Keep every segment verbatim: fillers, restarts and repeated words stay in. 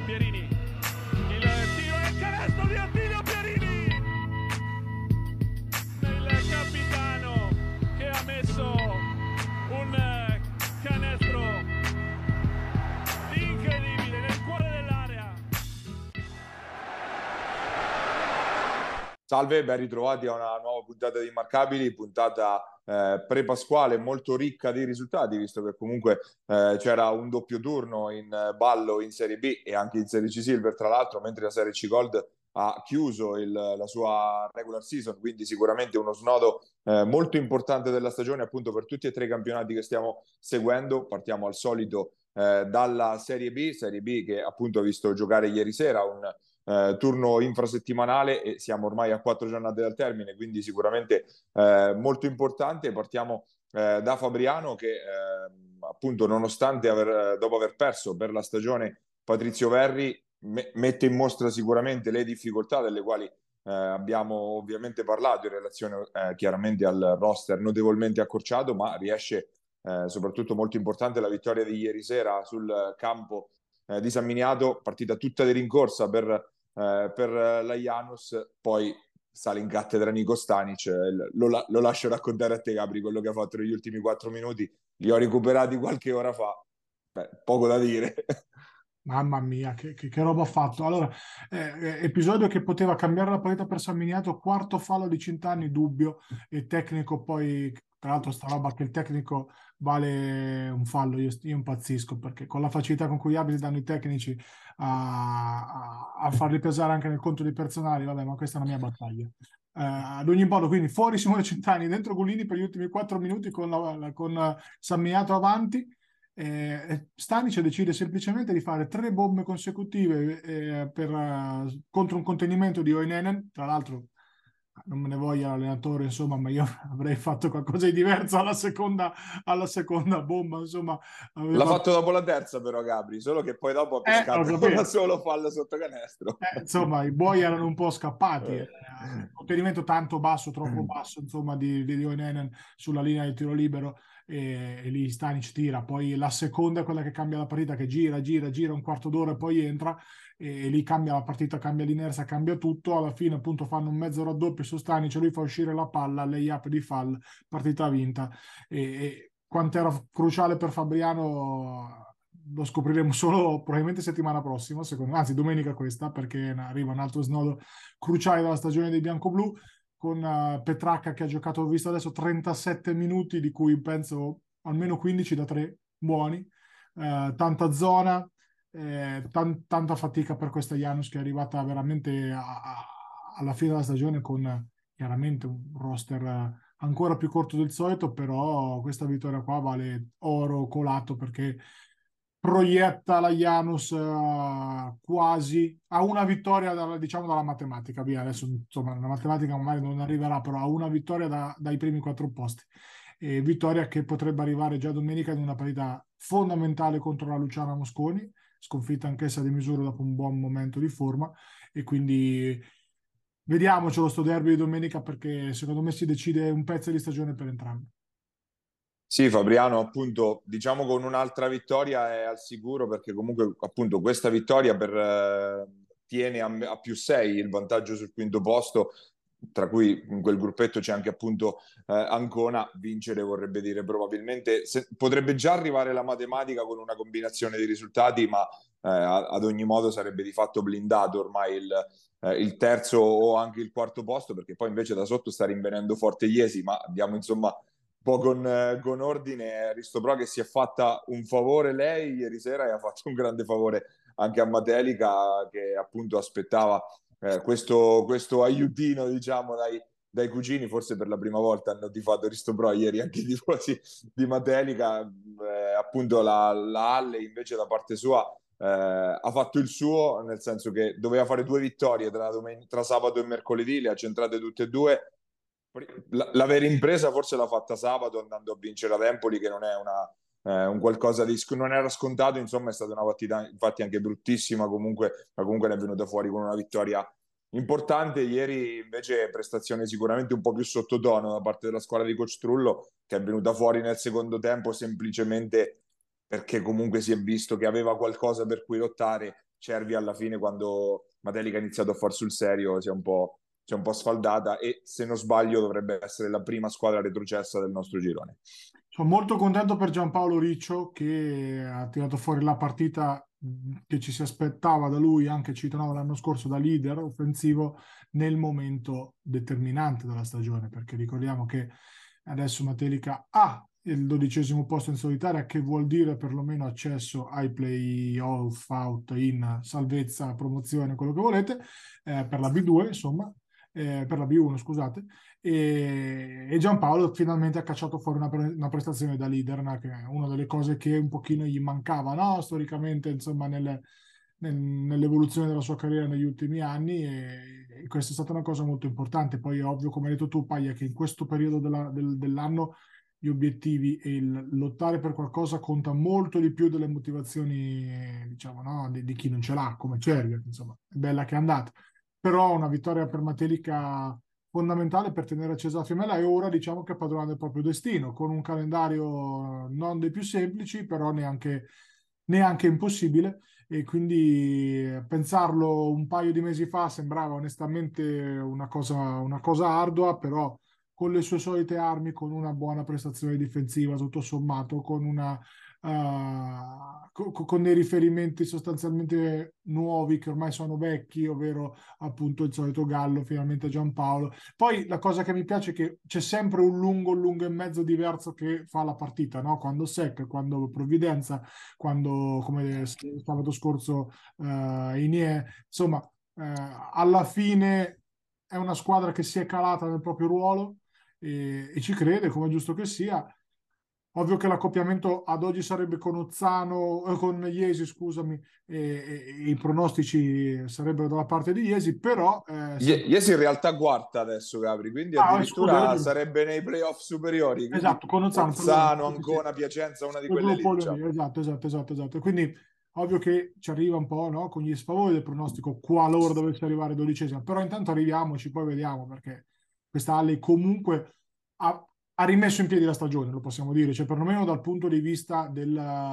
Pierini, il tiro e il canestro di Attilio Pierini, il capitano che ha messo un canestro incredibile nel cuore dell'area. Salve, ben ritrovati a una nuova puntata di Immarcabili, puntata eh, pre-pasquale molto ricca di risultati, visto che comunque eh, c'era un doppio turno in eh, ballo in Serie B e anche in Serie C Silver, tra l'altro, mentre la Serie C Gold ha chiuso il, la sua regular season, quindi sicuramente uno snodo eh, molto importante della stagione appunto per tutti e tre i campionati che stiamo seguendo. Partiamo al solito eh, dalla Serie B, Serie B che appunto ha visto giocare ieri sera un Eh, turno infrasettimanale e siamo ormai a quattro giornate dal termine, quindi sicuramente eh, molto importante. Partiamo eh, da Fabriano che eh, appunto nonostante aver, dopo aver perso per la stagione Patrizio Verri me- mette in mostra sicuramente le difficoltà delle quali eh, abbiamo ovviamente parlato in relazione eh, chiaramente al roster notevolmente accorciato, ma riesce eh, soprattutto molto importante la vittoria di ieri sera sul campo eh, di San Miniato, partita tutta di rincorsa per Eh, per la Janus, poi sale in cattedra Nico Stanic. Eh, lo, lo lascio raccontare a te, Gabri, quello che ha fatto negli ultimi quattro minuti. Li ho recuperati qualche ora fa. Beh, poco da dire. Mamma mia, che, che- che roba ha fatto. Allora, eh, eh, episodio che poteva cambiare la partita per San Miniato, quarto fallo di Cintani, dubbio, e tecnico poi, tra l'altro sta roba che il tecnico vale un fallo, io, io impazzisco, perché con la facilità con cui gli arbitri danno i tecnici a, a, a farli pesare anche nel conto dei personali, vabbè, ma questa è una mia battaglia. Eh, ad ogni modo, quindi fuori Simone Centani, dentro Gullini per gli ultimi quattro minuti con, la- con eh, San Miniato avanti. Eh, Stanic decide semplicemente di fare tre bombe consecutive eh, per, eh, contro un contenimento di Oenenen. Tra l'altro, non me ne voglia l'allenatore, insomma, ma io avrei fatto qualcosa di diverso alla seconda, alla seconda bomba. Insomma, L'ha aveva... fatto dopo la terza, però, Gabri, solo che poi dopo ha eh, ho pescato da capito. solo fallo sotto canestro. Eh, insomma, i buoi erano un po' scappati. Eh. Eh. Il contenimento tanto basso, troppo basso, insomma, di, di Oenenen sulla linea del tiro libero e, e lì Stanic tira. Poi la seconda è quella che cambia la partita, che gira, gira, gira un quarto d'ora e poi entra e, e lì cambia la partita, cambia l'inerzia, cambia tutto. Alla fine appunto fanno un mezzo raddoppio su Stanic, lui fa uscire la palla, lay-up di fall, partita vinta. E, e quanto era cruciale per Fabriano lo scopriremo solo probabilmente settimana prossima, secondo me, anzi domenica questa, perché arriva un altro snodo cruciale della stagione dei biancoblù con uh, Petracca che ha giocato, ho visto adesso, trentasette minuti, di cui penso almeno quindici da tre buoni, uh, tanta zona, eh, tan- tanta fatica per questa Janus che è arrivata veramente a- a- alla fine della stagione con chiaramente un roster uh, ancora più corto del solito, però questa vittoria qua vale oro colato perché proietta la Janus uh, quasi a una vittoria dalla, diciamo dalla matematica, via adesso insomma la matematica magari non arriverà, però a una vittoria da, dai primi quattro posti, e vittoria che potrebbe arrivare già domenica in una partita fondamentale contro la Luciana Mosconi, sconfitta anch'essa di misura dopo un buon momento di forma, e quindi vediamocelo sto derby di domenica, perché secondo me si decide un pezzo di stagione per entrambi. Sì, Fabriano, appunto, diciamo con un'altra vittoria è al sicuro perché comunque appunto questa vittoria per, eh, tiene a, a più sei il vantaggio sul quinto posto, tra cui in quel gruppetto c'è anche appunto eh, Ancona. Vincere vorrebbe dire probabilmente, se, potrebbe già arrivare la matematica con una combinazione di risultati, ma eh, ad ogni modo sarebbe di fatto blindato ormai il, eh, il terzo o anche il quarto posto, perché poi invece da sotto sta rinvenendo forte Iesi, ma andiamo insomma po' con, eh, con ordine. Aristopro che si è fatta un favore lei ieri sera e ha fatto un grande favore anche a Matelica che appunto aspettava eh, questo, questo aiutino diciamo dai, dai cugini. Forse per la prima volta hanno tifato Aristopro ieri anche i tifosi di Matelica. Eh, appunto la, la Halle invece da parte sua eh, ha fatto il suo, nel senso che doveva fare due vittorie tra, domen- tra sabato e mercoledì, le ha centrate tutte e due. La, la vera impresa forse l'ha fatta sabato andando a vincere ad Empoli, che non è una, eh, un qualcosa di non era scontato, insomma è stata una partita infatti anche bruttissima comunque, ma comunque ne è venuta fuori con una vittoria importante. Ieri invece prestazione sicuramente un po' più sottotono da parte della squadra di Coach Trullo, che è venuta fuori nel secondo tempo semplicemente perché comunque si è visto che aveva qualcosa per cui lottare Cervia alla fine, quando Matelica ha iniziato a far sul serio, si è un po', si è un po' sfaldata, e se non sbaglio dovrebbe essere la prima squadra retrocessa del nostro girone. Sono molto contento per Giampaolo Riccio, che ha tirato fuori la partita che ci si aspettava da lui, anche ci tornava l'anno scorso, da leader offensivo nel momento determinante della stagione, perché ricordiamo che adesso Matelica ha il dodicesimo posto in solitaria, che vuol dire perlomeno accesso ai play-off, out, in, salvezza, promozione, quello che volete, eh, per la B due, insomma, eh, per la B uno, scusate. E, e Giampaolo finalmente ha cacciato fuori una, pre- una prestazione da leader, no? Che è una delle cose che un pochino gli mancava, no? Storicamente, insomma, nelle, nel- nell'evoluzione della sua carriera negli ultimi anni, e, e questa è stata una cosa molto importante. Poi è ovvio, come hai detto tu, Paglia, che in questo periodo della- del- dell'anno gli obiettivi e il lottare per qualcosa conta molto di più delle motivazioni, eh, diciamo, no? Di, di chi non ce l'ha, come Cervia, insomma, è bella che è andata. Però una vittoria per Matelica fondamentale per tenere accesa la fiammella, e ora diciamo che è padrona del proprio destino, con un calendario non dei più semplici, però neanche, neanche impossibile, e quindi pensarlo un paio di mesi fa sembrava onestamente una cosa, una cosa ardua, però con le sue solite armi, con una buona prestazione difensiva tutto sommato, con una Uh, co- con dei riferimenti sostanzialmente nuovi che ormai sono vecchi, ovvero appunto il solito Gallo, finalmente Giampaolo. Poi la cosa che mi piace è che c'è sempre un lungo, un lungo e mezzo diverso che fa la partita, no? Quando Sec, quando Provvidenza, quando come sabato scorso uh, Inie, insomma, uh, alla fine è una squadra che si è calata nel proprio ruolo, e, e ci crede, come è giusto che sia. Ovvio che l'accoppiamento ad oggi sarebbe con Ozzano, eh, con Iesi, scusami, e, e- e i pronostici sarebbero dalla parte di Iesi, però eh, se- Ie- Iesi in realtà quarta adesso, Gabri, quindi ah, scusa, hai addirittura ragione. sarebbe nei playoff superiori, quindi Esatto, con Ozzano, perdono. Ozzano, Sì, sì, sì. Ancona, Piacenza, una di Quel quelle lì, gruppo lì, diciamo. esatto, esatto, esatto, esatto. Quindi ovvio che ci arriva un po', no, con gli sfavori del pronostico, qualora dovesse arrivare dodicesima, però intanto arriviamoci, poi vediamo, perché questa Alley comunque ha, ha rimesso in piedi la stagione, lo possiamo dire, cioè perlomeno dal punto di vista del,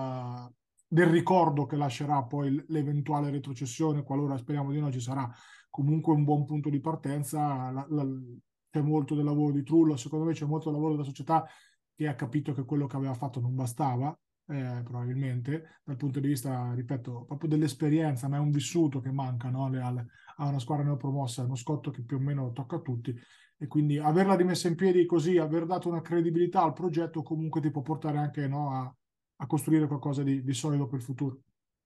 del ricordo che lascerà poi l'eventuale retrocessione, qualora speriamo di no ci sarà comunque un buon punto di partenza. La, la, c'è molto del lavoro di Trullo, secondo me c'è molto del lavoro della società, che ha capito che quello che aveva fatto non bastava, eh, probabilmente, dal punto di vista, ripeto, proprio dell'esperienza, ma è un vissuto che manca, no? Le- al- a una squadra neopromossa, è uno scotto che più o meno tocca a tutti, e quindi averla rimessa in piedi così, aver dato una credibilità al progetto, comunque ti può portare anche, no, a, a costruire qualcosa di, di solido per il futuro.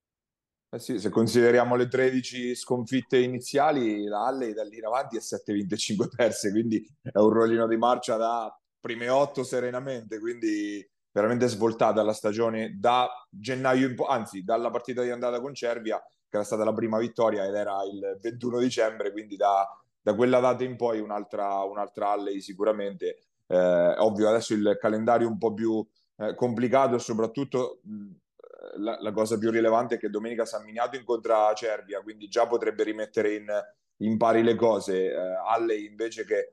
Eh sì, se consideriamo le tredici sconfitte iniziali, la Alley da lì in avanti è sette vinte e cinque perse, quindi è un rollino di marcia da prime otto serenamente, quindi veramente svoltata la stagione da gennaio in poi, anzi dalla partita di andata con Cervia, che era stata la prima vittoria ed era il ventuno dicembre, quindi da, da quella data in poi un'altra, un'altra Alley sicuramente. Eh, ovvio, adesso il calendario è un po' più eh, complicato, e soprattutto mh, la, la cosa più rilevante è che domenica San Miniato incontra Cervia, quindi già potrebbe rimettere in, in pari le cose. Eh, Alley invece che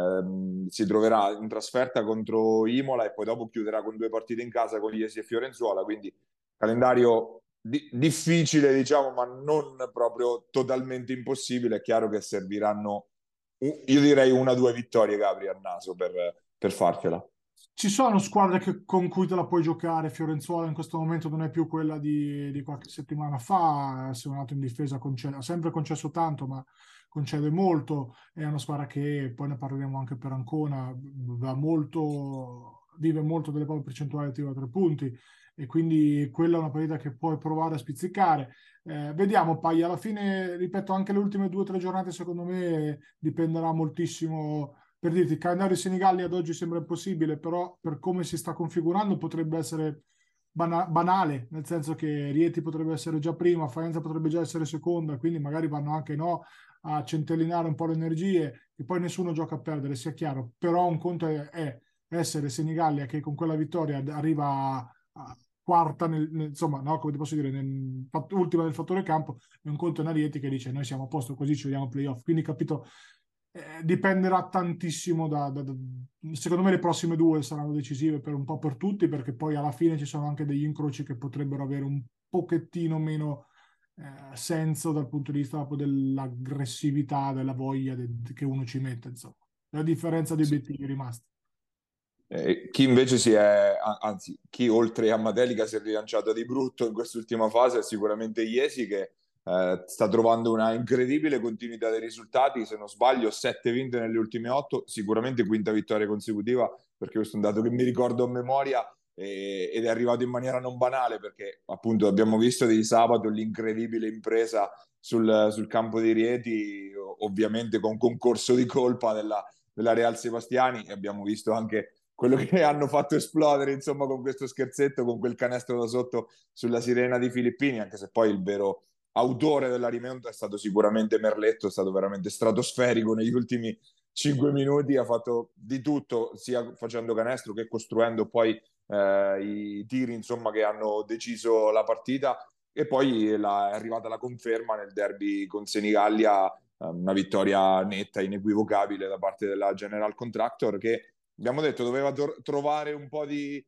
ehm, si troverà in trasferta contro Imola e poi dopo chiuderà con due partite in casa con Iesi e Fiorenzuola, quindi calendario di- difficile, diciamo, ma non proprio totalmente impossibile. È chiaro che serviranno, io direi una o due vittorie, Gabri, al naso per, per farcela. Ci sono squadre che- con cui te la puoi giocare. Fiorenzuola in questo momento non è più quella di, di qualche settimana fa. Se è nato in difesa, concede- ha sempre concesso tanto, ma concede molto. È una squadra che, poi ne parleremo anche per Ancona, va molto, vive molto delle proprie percentuali di tiro a tre punti, e quindi quella è una partita che puoi provare a spizzicare. Eh, vediamo, poi alla fine, ripeto, anche le ultime due o tre giornate secondo me dipenderà moltissimo. Per dirti, il calendario di Senigalli ad oggi sembra impossibile, però per come si sta configurando potrebbe essere bana- banale, nel senso che Rieti potrebbe essere già prima, Faenza potrebbe già essere seconda, quindi magari vanno anche, no, a centellinare un po' le energie, e poi nessuno gioca a perdere, sia chiaro. Però un conto è, è essere Senigallia, che con quella vittoria arriva a, a quarta, nel, nel- insomma, no, come ti posso dire, nel, fat- ultima nel fattore campo, e un conto è una Rieti che dice noi siamo a posto così, ci vediamo playoff. Quindi capito, eh, dipenderà tantissimo da, da- da- secondo me le prossime due saranno decisive per un po' per tutti, perché poi alla fine ci sono anche degli incroci che potrebbero avere un pochettino meno eh, senso dal punto di vista proprio dell'aggressività, della voglia de- che uno ci mette, insomma. La differenza di Sì. obiettivi rimasti. Eh, chi invece si è, anzi, chi oltre a Matelica si è rilanciato di brutto in quest'ultima fase è sicuramente Iesi, che eh, sta trovando una incredibile continuità dei risultati. Se non sbaglio, sette vinte nelle ultime otto, sicuramente quinta vittoria consecutiva, perché questo è un dato che mi ricordo a memoria, e- ed è arrivato in maniera non banale, perché appunto abbiamo visto di sabato l'incredibile impresa sul, sul campo di Rieti, ovviamente con concorso di colpa della, della Real Sebastiani, e abbiamo visto anche quello che hanno fatto esplodere, insomma, con questo scherzetto, con quel canestro da sotto sulla sirena di Filippini, anche se poi il vero autore della rimonta è stato sicuramente Merletto, è stato veramente stratosferico negli ultimi cinque minuti, ha fatto di tutto, sia facendo canestro che costruendo poi eh, i tiri, insomma, che hanno deciso la partita, e poi la, è arrivata la conferma nel derby con Senigallia, eh, una vittoria netta, inequivocabile da parte della General Contractor, che abbiamo detto doveva tor- trovare un po' di,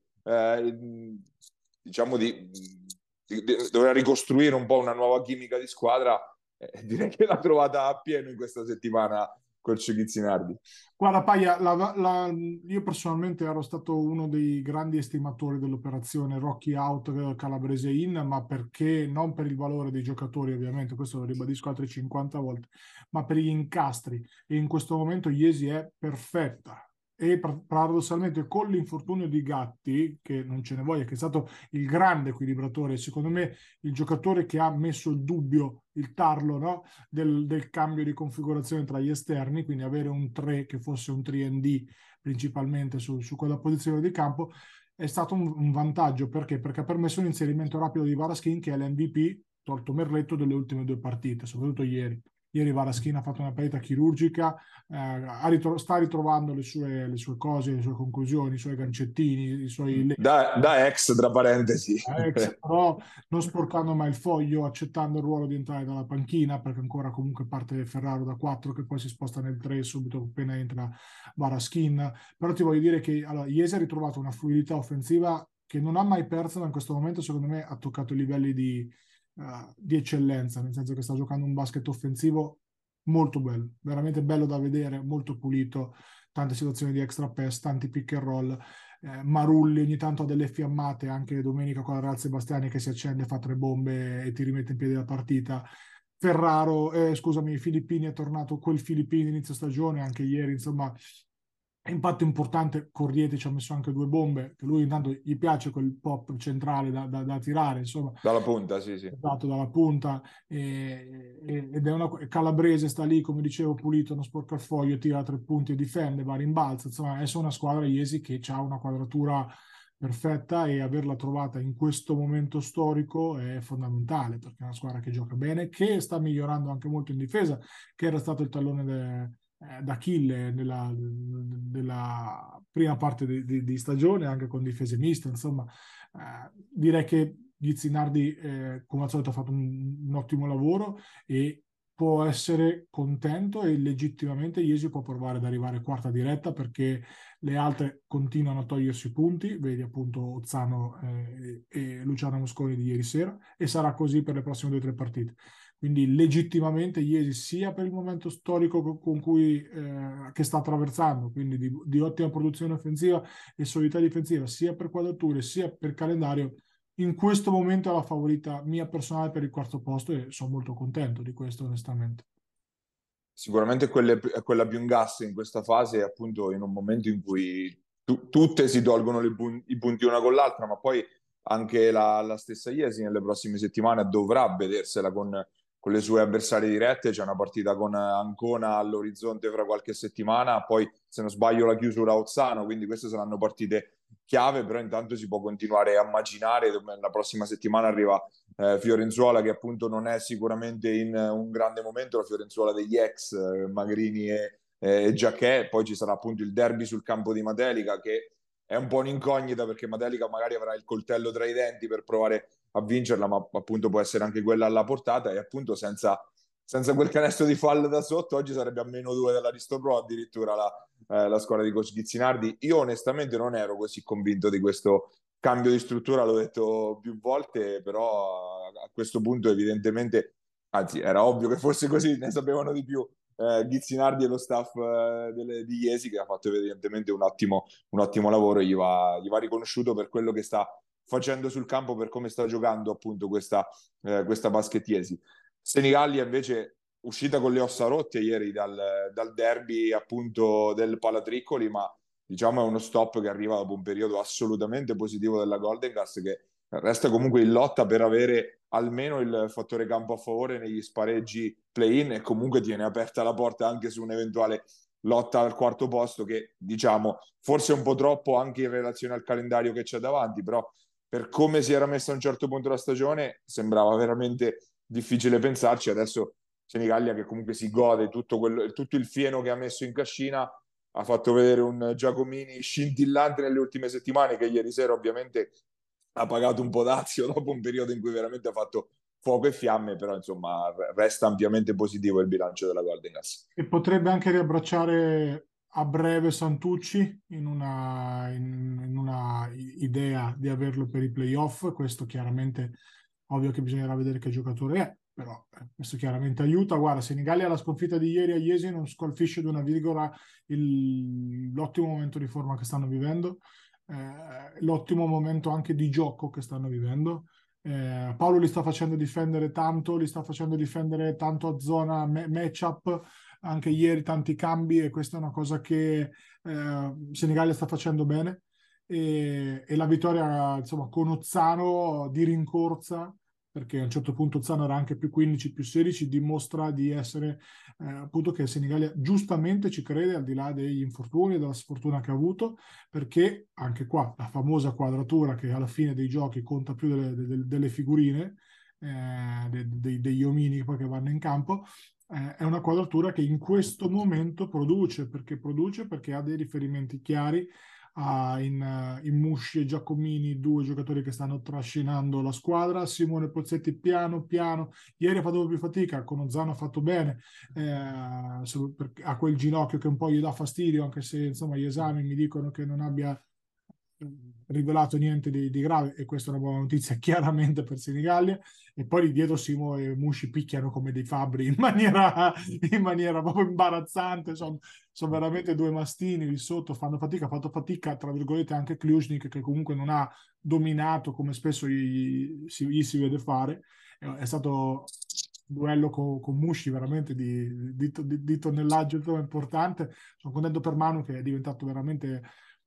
eh, diciamo, di, di, di- doveva ricostruire un po' una nuova chimica di squadra. Eh, direi che l'ha trovata a pieno in questa settimana col Cigizzinardi. Guarda, Paia, la- la- io personalmente ero stato uno dei grandi estimatori dell'operazione Rocky Out eh, Calabrese In, ma perché non per il valore dei giocatori, ovviamente, questo lo ribadisco altre cinquanta volte, ma per gli incastri. E in questo momento Iesi è perfetta. E par- paradossalmente con l'infortunio di Gatti, che non ce ne voglia, che è stato il grande equilibratore, secondo me il giocatore che ha messo il dubbio, il tarlo, no? del, del cambio di configurazione tra gli esterni, quindi avere un tre che fosse un tre and D principalmente su, su quella posizione di campo, è stato un, un vantaggio. Perché? Perché ha permesso un inserimento rapido di Varaschin, che è l'M V P, tolto Merletto, delle ultime due partite, soprattutto ieri. Ieri Varaschin ha fatto una partita chirurgica, eh, ha ritro- sta ritrovando le sue, le sue cose, le sue conclusioni, i suoi gancettini, i suoi Da, da ex, tra parentesi. ex, però non sporcando mai il foglio, accettando il ruolo di entrare dalla panchina, perché ancora comunque parte Ferraro da quattro, che poi si sposta nel tre subito appena entra Varaschin. Però ti voglio dire che allora, Iesi ha ritrovato una fluidità offensiva che non ha mai perso, ma in questo momento secondo me ha toccato i livelli di, uh, di eccellenza, nel senso che sta giocando un basket offensivo molto bello, veramente bello da vedere, molto pulito, tante situazioni di extra pass, tanti pick and roll. Eh, Marulli ogni tanto ha delle fiammate, anche domenica con la Real Sebastiani che si accende, fa tre bombe e ti rimette in piedi la partita. Ferraro, eh, scusami, Filippini è tornato quel Filippini inizio stagione, anche ieri, insomma, impatto importante. Corriete ci ha messo anche due bombe, che lui intanto gli piace quel pop centrale da, da, da tirare, insomma, Dalla punta, sì, sì. dato dalla punta, e, e, ed è una Calabrese, sta lì come dicevo, pulito, non sporca il foglio, tira tre punti e difende, va a rimbalzo, insomma è una squadra Iesi che ha una quadratura perfetta, e averla trovata in questo momento storico è fondamentale, perché è una squadra che gioca bene, che sta migliorando anche molto in difesa, che era stato il tallone de, eh, d'Achille nella, nella prima parte di, di, di stagione, anche con difese miste, insomma. Eh, direi che Gizzinardi, eh, come al solito, ha fatto un, un ottimo lavoro e può essere contento, e legittimamente Iesi può provare ad arrivare quarta diretta, perché le altre continuano a togliersi punti, vedi appunto Ozzano eh, e Luciano Mosconi di ieri sera, e sarà così per le prossime due o tre partite. Quindi legittimamente Iesi, sia per il momento storico con cui, eh, che sta attraversando, quindi di, di ottima produzione offensiva e solidità difensiva, sia per quadrature sia per calendario, in questo momento è la favorita mia personale per il quarto posto, e sono molto contento di questo, onestamente. Sicuramente quelle, quella più in gas in questa fase è appunto in un momento in cui tu- tutte si tolgono le pun- i punti una con l'altra, ma poi anche la, la stessa Iesi nelle prossime settimane dovrà vedersela con, con le sue avversarie dirette. C'è una partita con Ancona all'orizzonte fra qualche settimana, poi se non sbaglio la chiusura a Ozzano, quindi queste saranno partite chiave, però intanto si può continuare a macinare. La prossima settimana arriva eh, Fiorenzuola, che appunto non è sicuramente in un grande momento, la Fiorenzuola degli ex eh, Magrini e, e Giacchè. Poi ci sarà appunto il derby sul campo di Matelica, che è un po' un'incognita, perché Matelica magari avrà il coltello tra i denti per provare a vincerla, ma appunto può essere anche quella alla portata, e appunto senza, senza quel canestro di fallo da sotto oggi sarebbe a meno due dell'Aristopro addirittura la, eh, la squadra di Coach Gizzinardi. Io onestamente non ero così convinto di questo cambio di struttura, l'ho detto più volte, però a questo punto evidentemente, anzi era ovvio che fosse così, ne sapevano di più eh, Ghizzinardi e lo staff eh, delle, di Iesi, che ha fatto evidentemente un ottimo, un ottimo lavoro, gli va, gli va riconosciuto per quello che sta facendo sul campo, per come sta giocando appunto questa, eh, questa basket Iesi. Senigallia invece uscita con le ossa rotte ieri dal, dal derby appunto del Palatriccoli, ma diciamo è uno stop che arriva dopo un periodo assolutamente positivo della Golden Gas, che resta comunque in lotta per avere almeno il fattore campo a favore negli spareggi play-in, e comunque tiene aperta la porta anche su un'eventuale lotta al quarto posto, che diciamo forse un po' troppo anche in relazione al calendario che c'è davanti, però per come si era messa a un certo punto la stagione sembrava veramente difficile pensarci. Adesso Senigallia, che comunque si gode tutto, quello, tutto il fieno che ha messo in cascina, ha fatto vedere un Giacomini scintillante nelle ultime settimane, che ieri sera ovviamente ha pagato un po' dazio dopo un periodo in cui veramente ha fatto fuoco e fiamme, però insomma resta ampiamente positivo il bilancio della Golden Gas. E potrebbe anche riabbracciare a breve Santucci in una, in, in una idea di averlo per i playoff. Questo chiaramente, ovvio che bisognerà vedere che giocatore è, però eh, questo chiaramente aiuta. Guarda, Senigallia alla sconfitta di ieri a Iesi non scalfisce di una virgola il, l'ottimo momento di forma che stanno vivendo, eh, l'ottimo momento anche di gioco che stanno vivendo. Eh, Paolo li sta facendo difendere tanto, li sta facendo difendere tanto a zona me- matchup, anche ieri tanti cambi, e questa è una cosa che eh, Senigallia sta facendo bene, e, e la vittoria insomma con Ozzano di rincorsa, perché a un certo punto Ozzano era anche più quindici più sedici, dimostra di essere eh, appunto che Senigallia giustamente ci crede al di là degli infortuni e della sfortuna che ha avuto, perché anche qua la famosa quadratura che alla fine dei giochi conta più delle, delle, delle figurine, eh, de, de, degli omini poi che vanno in campo, eh, è una quadratura che in questo momento produce, perché produce perché ha dei riferimenti chiari a, in, in Musci e Giacomini, due giocatori che stanno trascinando la squadra. Simone Pozzetti piano piano, ieri ha fatto più fatica, con Ozzano ha fatto bene, eh, a quel ginocchio che un po' gli dà fastidio, anche se insomma gli esami mi dicono che non abbia rivelato niente di, di grave, e questa è una buona notizia chiaramente per Senigallia. E poi lì dietro Simo e Musci picchiano come dei fabbri in maniera, in maniera proprio imbarazzante, sono, sono veramente due mastini lì sotto, fanno fatica, ha fatto fatica tra virgolette anche Klužnik, che comunque non ha dominato come spesso gli si, gli si vede fare. È stato un duello con, con Musci veramente di, di, di, di tonnellaggio importante. Sono contento per Manu, che è diventato veramente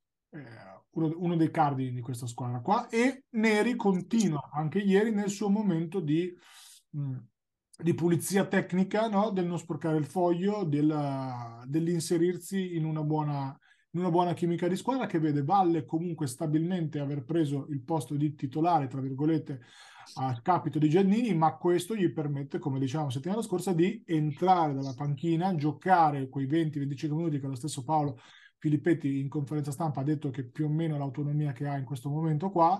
eh, uno, uno dei cardini di questa squadra qua, e Neri continua anche ieri nel suo momento di, mh, di pulizia tecnica, no? Del non sporcare il foglio, della, dell'inserirsi in una buona, in una buona chimica di squadra, che vede Valle comunque stabilmente aver preso il posto di titolare, tra virgolette, a scapito di Giannini, ma questo gli permette, come dicevamo la settimana scorsa, di entrare dalla panchina, giocare quei venti venticinque minuti che lo stesso Paolo Filippetti in conferenza stampa ha detto che più o meno l'autonomia che ha in questo momento qua,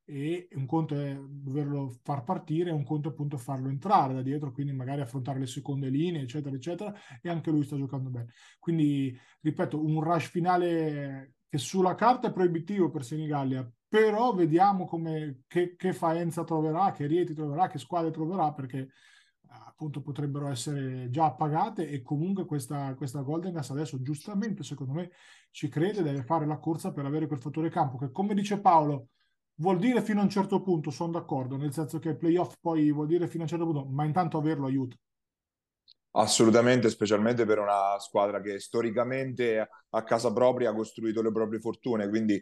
e un conto è doverlo far partire, un conto è appunto farlo entrare da dietro, quindi magari affrontare le seconde linee, eccetera, eccetera, e anche lui sta giocando bene. Quindi, ripeto, un rush finale che sulla carta è proibitivo per Senigallia, però vediamo come, che, che faenza troverà, che Rieti troverà, che squadre troverà, perché appunto potrebbero essere già appagate, e comunque questa, questa Golden Gas adesso giustamente secondo me ci crede, deve fare la corsa per avere quel fattore campo che, come dice Paolo, vuol dire fino a un certo punto, sono d'accordo, nel senso che playoff poi vuol dire fino a un certo punto, ma intanto averlo aiuta. Assolutamente, specialmente per una squadra che storicamente a casa propria ha costruito le proprie fortune, quindi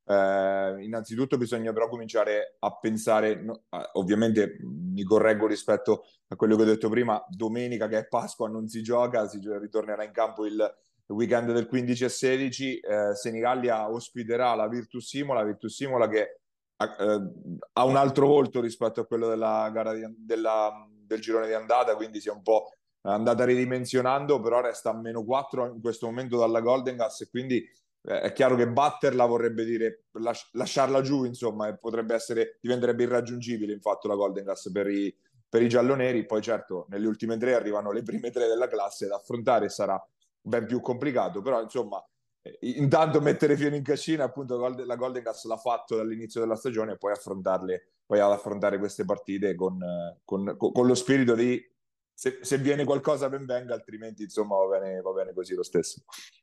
eh, innanzitutto bisogna però cominciare a pensare, no, ovviamente mi correggo rispetto a quello che ho detto prima, domenica che è Pasqua non si gioca, si ritornerà in campo il weekend del quindici e sedici, eh, Senigallia ospiterà la Virtus Imola, Virtus Imola che eh, ha un altro volto rispetto a quello della gara di, della, del girone di andata, quindi si è un po' andata ridimensionando, però resta a meno quattro in questo momento dalla Golden Gas, e quindi eh, è chiaro che batterla vorrebbe dire las- lasciarla giù, insomma, e potrebbe essere, diventerebbe irraggiungibile infatti la Golden Gas per i, per i gialloneri. Poi certo nelle ultime tre arrivano le prime tre della classe da affrontare, sarà ben più complicato, però insomma intanto mettere fieno in cascina, appunto la Golden Gas l'ha fatto dall'inizio della stagione e poi affrontarle, poi ad affrontare queste partite con, con, con lo spirito di se, se viene qualcosa ben venga, altrimenti insomma va bene, va bene così lo stesso.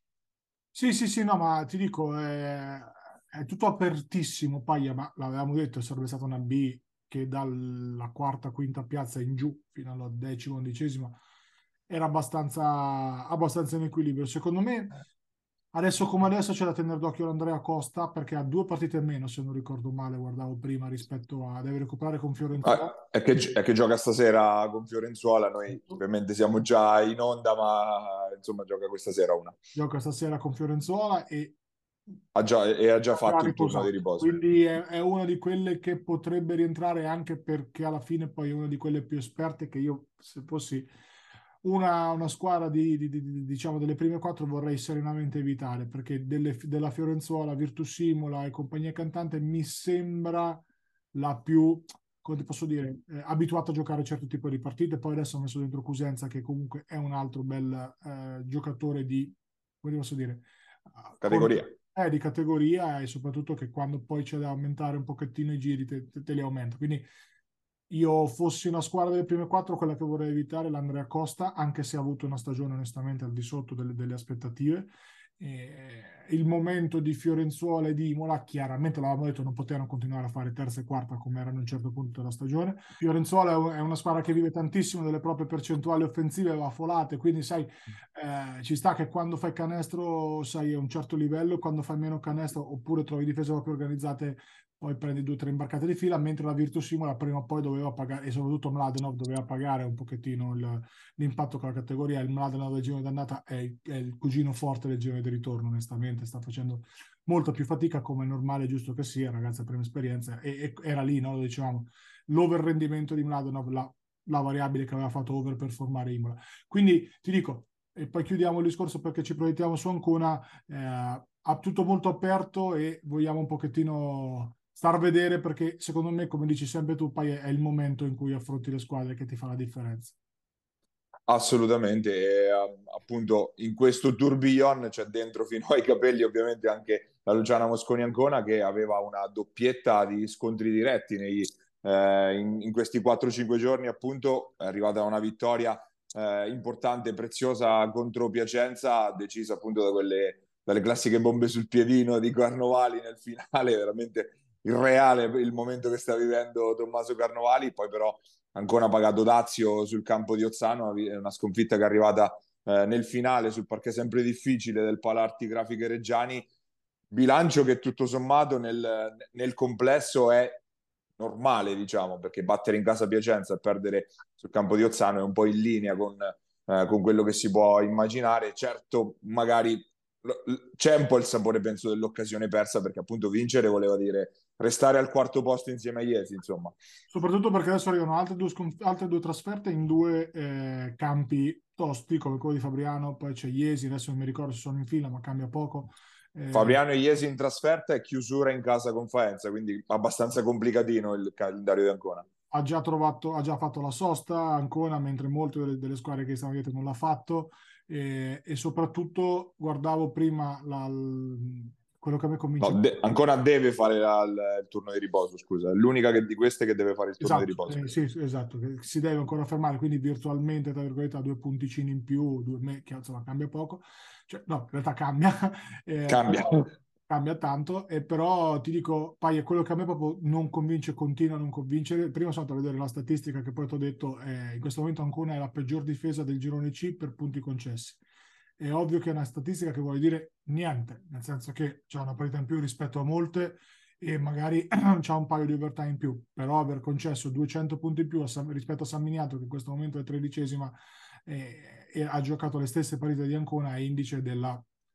Sì, sì, sì, no, ma ti dico, è, è tutto apertissimo, Paglia, ma l'avevamo detto, sarebbe stata una B che dalla quarta, quinta piazza in giù fino alla decima, undicesima era abbastanza, abbastanza in equilibrio. Secondo me, adesso come adesso c'è da tenere d'occhio l'Andrea Costa perché ha due partite in meno, se non ricordo male, guardavo prima rispetto a deve recuperare con Fiorenzuola. Ah, è, che, è che gioca stasera con Fiorenzuola, noi ovviamente siamo già in onda, ma insomma gioca questa sera una. Gioca stasera con Fiorenzuola e ha già, e ha già ha fatto il turno di riposato. riposo. Quindi è, è una di quelle che potrebbe rientrare anche perché alla fine poi è una di quelle più esperte che io, se fossi una, una squadra di, di, di, diciamo delle prime quattro vorrei serenamente evitare perché delle, della Fiorenzuola, Virtus Imola e compagnia cantante mi sembra la più, come ti posso dire, eh, abituata a giocare certo tipo di partite. Poi adesso ho messo dentro Cusenza che comunque è un altro bel eh, giocatore di, come posso dire, Categoria. Con, eh, di categoria e soprattutto che quando poi c'è da aumentare un pochettino i giri te, te, te li aumenta. Quindi io fossi una squadra delle prime quattro, quella che vorrei evitare è l'Andrea Costa, anche se ha avuto una stagione onestamente al di sotto delle, delle aspettative. Eh, il momento di Fiorenzuola e di Imola, chiaramente l'avevamo detto, non potevano continuare a fare terza e quarta come erano a un certo punto della stagione. Fiorenzuola è una squadra che vive tantissimo delle proprie percentuali offensive, va folate, quindi sai, eh, ci sta che quando fai canestro sai a un certo livello, quando fai meno canestro oppure trovi difese proprio organizzate poi prendi due o tre imbarcate di fila, mentre la Virtus Imola prima o poi doveva pagare, e soprattutto Mladenov doveva pagare un pochettino il, l'impatto con la categoria. Il Mladenov del girone d'andata è, è il cugino forte del girone di ritorno, onestamente, sta facendo molta più fatica come è normale, giusto che sia, ragazza prima esperienza, e, e era lì, no? Lo dicevamo, l'over rendimento di Mladenov, la, la variabile che aveva fatto over performare Imola. Quindi ti dico, e poi chiudiamo il discorso perché ci proiettiamo su Ancona, eh, ha tutto molto aperto e vogliamo un pochettino star a vedere perché secondo me, come dici sempre tu, poi è il momento in cui affronti le squadre che ti fa la differenza. Assolutamente, e, appunto in questo tourbillon c'è dentro fino ai capelli ovviamente anche la Luciana Mosconi Ancona che aveva una doppietta di scontri diretti nei, eh, in, in questi quattro cinque giorni, appunto è arrivata una vittoria eh, importante e preziosa contro Piacenza, decisa appunto da quelle, dalle classiche bombe sul piedino di Carnovali nel finale, veramente irreale il momento che sta vivendo Tommaso Carnovali, poi però ancora pagato dazio sul campo di Ozzano, è una sconfitta che è arrivata eh, nel finale sul parquet sempre difficile del Palarti Grafiche Reggiani, bilancio che tutto sommato nel, nel complesso è normale, diciamo, perché battere in casa Piacenza e perdere sul campo di Ozzano è un po' in linea con, eh, con quello che si può immaginare. Certo, magari c'è un po' il sapore, penso, dell'occasione persa, perché appunto vincere voleva dire restare al quarto posto insieme a Iesi, insomma. Soprattutto perché adesso arrivano altre due, sconf- altre due trasferte in due eh, campi tosti, come quello di Fabriano, poi c'è Iesi, adesso non mi ricordo se sono in fila, ma cambia poco. Eh, Fabriano e Iesi in trasferta e chiusura in casa con Faenza, quindi abbastanza complicatino il calendario di Ancona. Ha già, trovato, ha già fatto la sosta Ancona, mentre molte delle, delle squadre che stanno dietro non l'ha fatto. Eh, e soprattutto guardavo prima la, quello che a me No, convince. de- Ancona deve fare la- il, il turno di riposo, scusa, è l'unica che, di queste che deve fare il turno di Esatto, riposo. eh, sì, sì, esatto, che si deve ancora fermare, quindi virtualmente, tra virgolette, ha due punticini in più, due, me- che insomma cambia poco, cioè, no, in realtà cambia, eh, Cambia. però cambia tanto, e però ti dico, Pai, è quello che a me proprio non convince, continua a non convincere. Prima sono andato a vedere la statistica che poi ti ho detto, eh, in questo momento Ancona è la peggior difesa del girone C per punti concessi. È ovvio che è una statistica che vuol dire niente, nel senso che c'è una parità in più rispetto a molte, e magari c'ha un paio di overtime in più, però aver concesso duecento punti in più a San, rispetto a San Miniato, che in questo momento è tredicesima, eh, e ha giocato le stesse partite di Ancona, è indice della,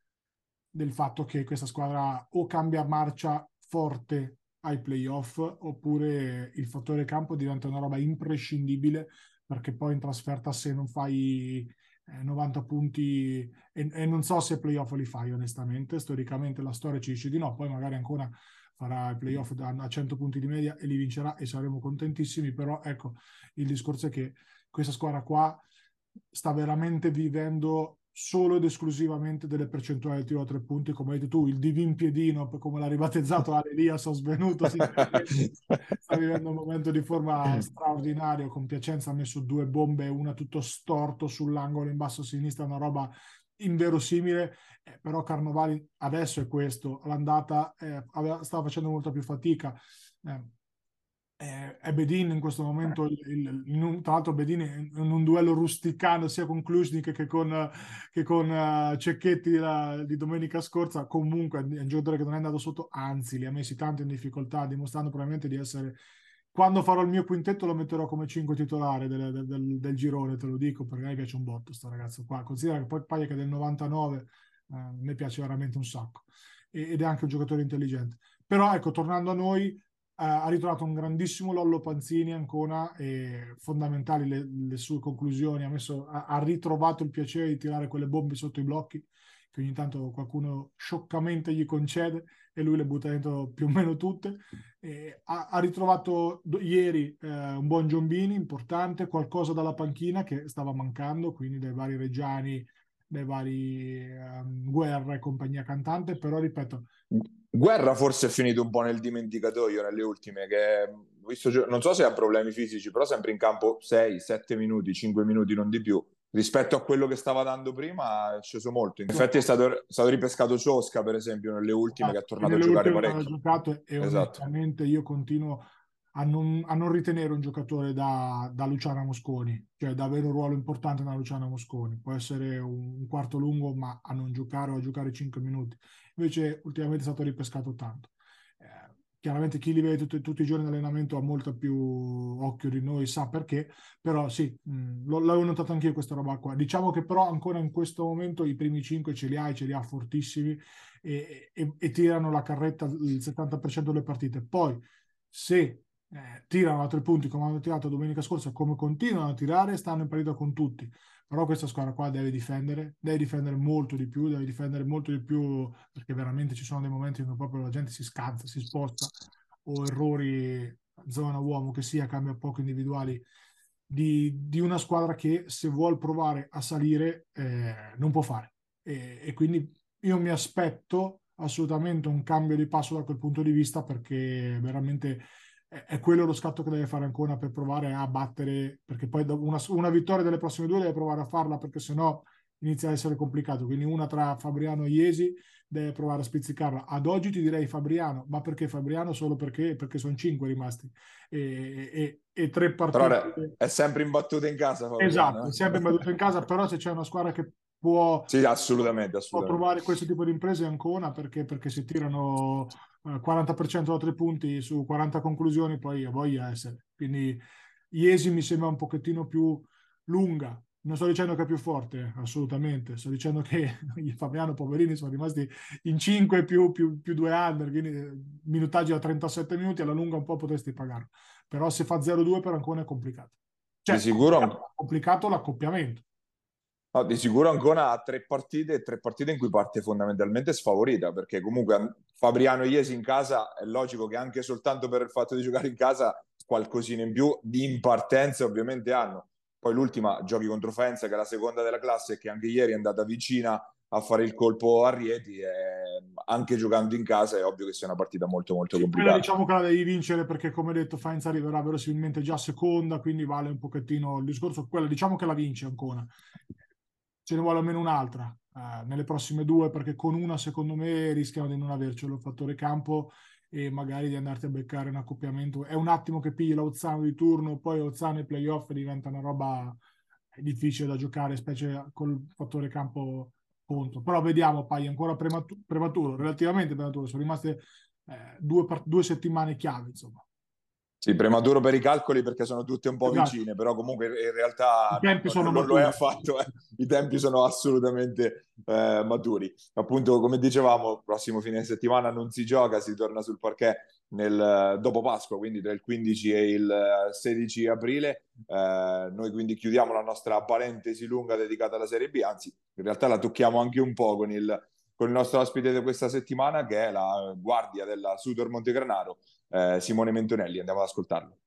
del fatto che questa squadra o cambia marcia forte ai playoff, oppure il fattore campo diventa una roba imprescindibile, perché poi in trasferta se non fai eh, novanta punti, e, e non so se playoff li fai onestamente, storicamente la storia ci dice di no, poi magari ancora farà i playoff a cento punti di media e li vincerà e saremo contentissimi, però ecco, il discorso è che questa squadra qua sta veramente vivendo solo ed esclusivamente delle percentuali di tiro a tre punti, come hai detto tu, il divin piedino, come l'ha ribattezzato Ale Elias, ho svenuto, sta vivendo un momento di forma straordinario. Con Piacenza ha messo due bombe, una tutto storto sull'angolo in basso a sinistra, una roba inverosimile, eh, però Carnovali adesso è questo, l'andata eh, aveva, stava facendo molta più fatica. eh, Eh, è Bedin in questo momento, il, il, in un, tra l'altro Bedin in, in un duello rusticano sia con Klužnik che con, che con uh, Cecchetti la, di domenica scorsa. Comunque è un giocatore che non è andato sotto, anzi li ha messi tanto in difficoltà, dimostrando probabilmente di essere, quando farò il mio quintetto lo metterò come cinque titolare del, del, del, del girone, te lo dico, perché a me piace un botto sto ragazzo qua, considera che poi Payet, che è del novantanove, eh, a me piace veramente un sacco, e, ed è anche un giocatore intelligente. Però ecco, tornando a noi, Uh, ha ritrovato un grandissimo Lollo Panzini ancora, e fondamentali le, le sue conclusioni, ha, messo, ha, ha ritrovato il piacere di tirare quelle bombe sotto i blocchi che ogni tanto qualcuno scioccamente gli concede e lui le butta dentro più o meno tutte. E ha, ha ritrovato do, ieri eh, un buon Giombini importante, qualcosa dalla panchina che stava mancando, quindi dai vari Reggiani, dai vari um, Guerra e compagnia cantante, però ripeto, Guerra forse è finito un po' nel dimenticatoio nelle ultime, che visto, non so se ha problemi fisici, però sempre in campo sei sette minuti, cinque minuti, non di più. Rispetto a quello che stava dando prima è sceso molto. In effetti è stato, è stato ripescato Ciosca, per esempio, nelle ultime, ah, che è tornato a giocare parecchio. Giocato, e esatto. Onestamente io continuo a non, a non ritenere un giocatore da, da Luciano Mosconi, cioè da avere un ruolo importante da Luciano Mosconi. Può essere un, un quarto lungo, ma a non giocare o a giocare cinque minuti. Invece ultimamente è stato ripescato tanto. Eh, chiaramente chi li vede tutti, tutti i giorni in allenamento ha molto più occhio di noi, sa perché, però sì, mh, l'avevo notato anch'io questa roba qua. Diciamo che però ancora in questo momento i primi cinque ce li ha, ce li ha fortissimi, e, e, e tirano la carretta il settanta per cento delle partite. Poi se eh, tirano a tre punti come hanno tirato domenica scorsa, come continuano a tirare, stanno in partita con tutti. Però questa squadra qua deve difendere, deve difendere molto di più, deve difendere molto di più, perché veramente ci sono dei momenti in cui proprio la gente si scansa, si sposta, o errori zona uomo che sia, cambia poco individuali di, di una squadra che se vuol provare a salire eh, non può fare. E, e quindi io mi aspetto assolutamente un cambio di passo da quel punto di vista, perché veramente è quello lo scatto che deve fare Ancona per provare a battere, perché poi una, una vittoria delle prossime due deve provare a farla, perché sennò inizia a essere complicato. Quindi una tra Fabriano e Iesi deve provare a spizzicarla. Ad oggi ti direi Fabriano, ma perché Fabriano? Solo perché, perché sono cinque rimasti e, e, e tre partite. Però è sempre imbattuto in casa Fabriano. Esatto, è sempre imbattuto in casa, però se c'è una squadra che può, sì, assolutamente, assolutamente. può trovare questo tipo di imprese è Ancona, perché, perché si tirano quaranta per cento da tre punti su quaranta conclusioni, poi a voglia essere. Quindi Iesi mi sembra un pochettino più lunga. Non sto dicendo che è più forte, assolutamente. Sto dicendo che i Fabiano poverini sono rimasti in cinque più, più, più due under, quindi minutaggi da trentasette minuti, alla lunga un po' potresti pagarlo. Però se fa zero due per Ancona è complicato. Cioè, di sicuro è complicato l'accoppiamento. No, di sicuro Ancona ha tre partite, tre partite in cui parte fondamentalmente sfavorita, perché comunque Fabriano e Iesi in casa è logico che anche soltanto per il fatto di giocare in casa qualcosina in più di impartenza ovviamente hanno. Poi l'ultima giochi contro Faenza, che è la seconda della classe e che anche ieri è andata vicina a fare il colpo a Rieti, e anche giocando in casa è ovvio che sia una partita molto molto complicata. Quella diciamo che la devi vincere, perché come detto Faenza arriverà verosimilmente già seconda, quindi vale un pochettino il discorso. Quella diciamo che la vince Ancona. Ce ne vuole almeno un'altra eh, nelle prossime due, perché con una secondo me rischiano di non avercelo il fattore campo e magari di andarti a beccare un accoppiamento. È un attimo che pigli l'Ozzano di turno, poi Ozzano e playoff diventa una roba difficile da giocare, specie col fattore campo contro. Però vediamo, Pai, ancora prematuro, prematuro relativamente prematuro, sono rimaste eh, due, due settimane chiave, insomma. Sì, prematuro per i calcoli perché sono tutte un po' esatto. vicine, però comunque in realtà i tempi non, sono non lo è affatto, eh. I tempi sono assolutamente eh, maturi. Appunto, come dicevamo, prossimo fine settimana non si gioca, si torna sul parquet nel, dopo Pasqua, quindi tra il quindici e il sedici aprile. Eh, noi quindi chiudiamo la nostra parentesi lunga dedicata alla Serie B, anzi in realtà la tocchiamo anche un po' con il, con il nostro ospite di questa settimana, che è la guardia della Sudor Montegranaro, Eh, Simone Mentonelli. Andiamo ad ascoltarlo.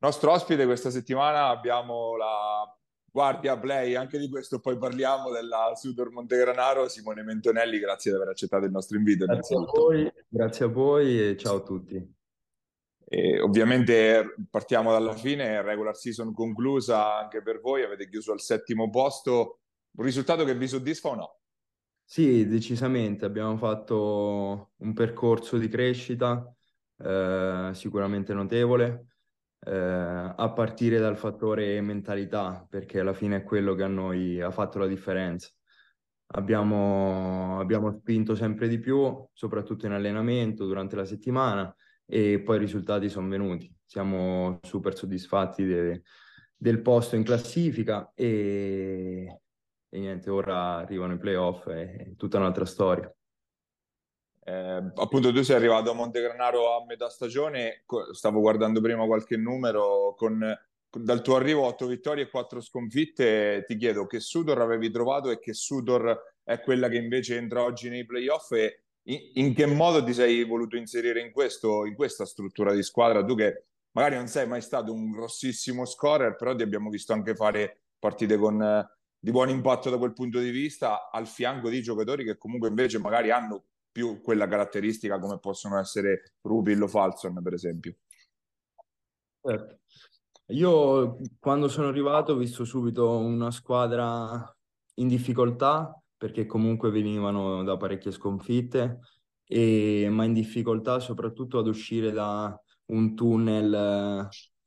Nostro ospite questa settimana abbiamo la guardia play, anche di questo poi parliamo, della Sudor Montegranaro, Simone Mentonelli, grazie di aver accettato il nostro invito Grazie a innanzitutto. voi, grazie a voi e ciao a tutti. E ovviamente partiamo dalla fine, regular season conclusa anche per voi, avete chiuso al settimo posto, un risultato che vi soddisfa o no? Sì, decisamente abbiamo fatto un percorso di crescita eh, sicuramente notevole, eh, a partire dal fattore mentalità, perché alla fine è quello che a noi ha fatto la differenza. Abbiamo, abbiamo spinto sempre di più, soprattutto in allenamento durante la settimana, e poi i risultati sono venuti. Siamo super soddisfatti de- del posto in classifica e, e niente, ora arrivano i playoff e è tutta un'altra storia. Eh, appunto tu sei arrivato a Montegranaro a metà stagione, co- stavo guardando prima qualche numero, con, con- dal tuo arrivo otto vittorie e quattro sconfitte, ti chiedo che Sudor avevi trovato e che Sudor è quella che invece entra oggi nei playoff e in, in che modo ti sei voluto inserire in questo, in questa struttura di squadra, tu che magari non sei mai stato un grossissimo scorer, però ti abbiamo visto anche fare partite con, eh, di buon impatto da quel punto di vista, al fianco di giocatori che comunque invece magari hanno più quella caratteristica come possono essere Rupil o Falson, per esempio. Certo. Io quando sono arrivato ho visto subito una squadra in difficoltà perché comunque venivano da parecchie sconfitte, e, ma in difficoltà soprattutto ad uscire da un tunnel,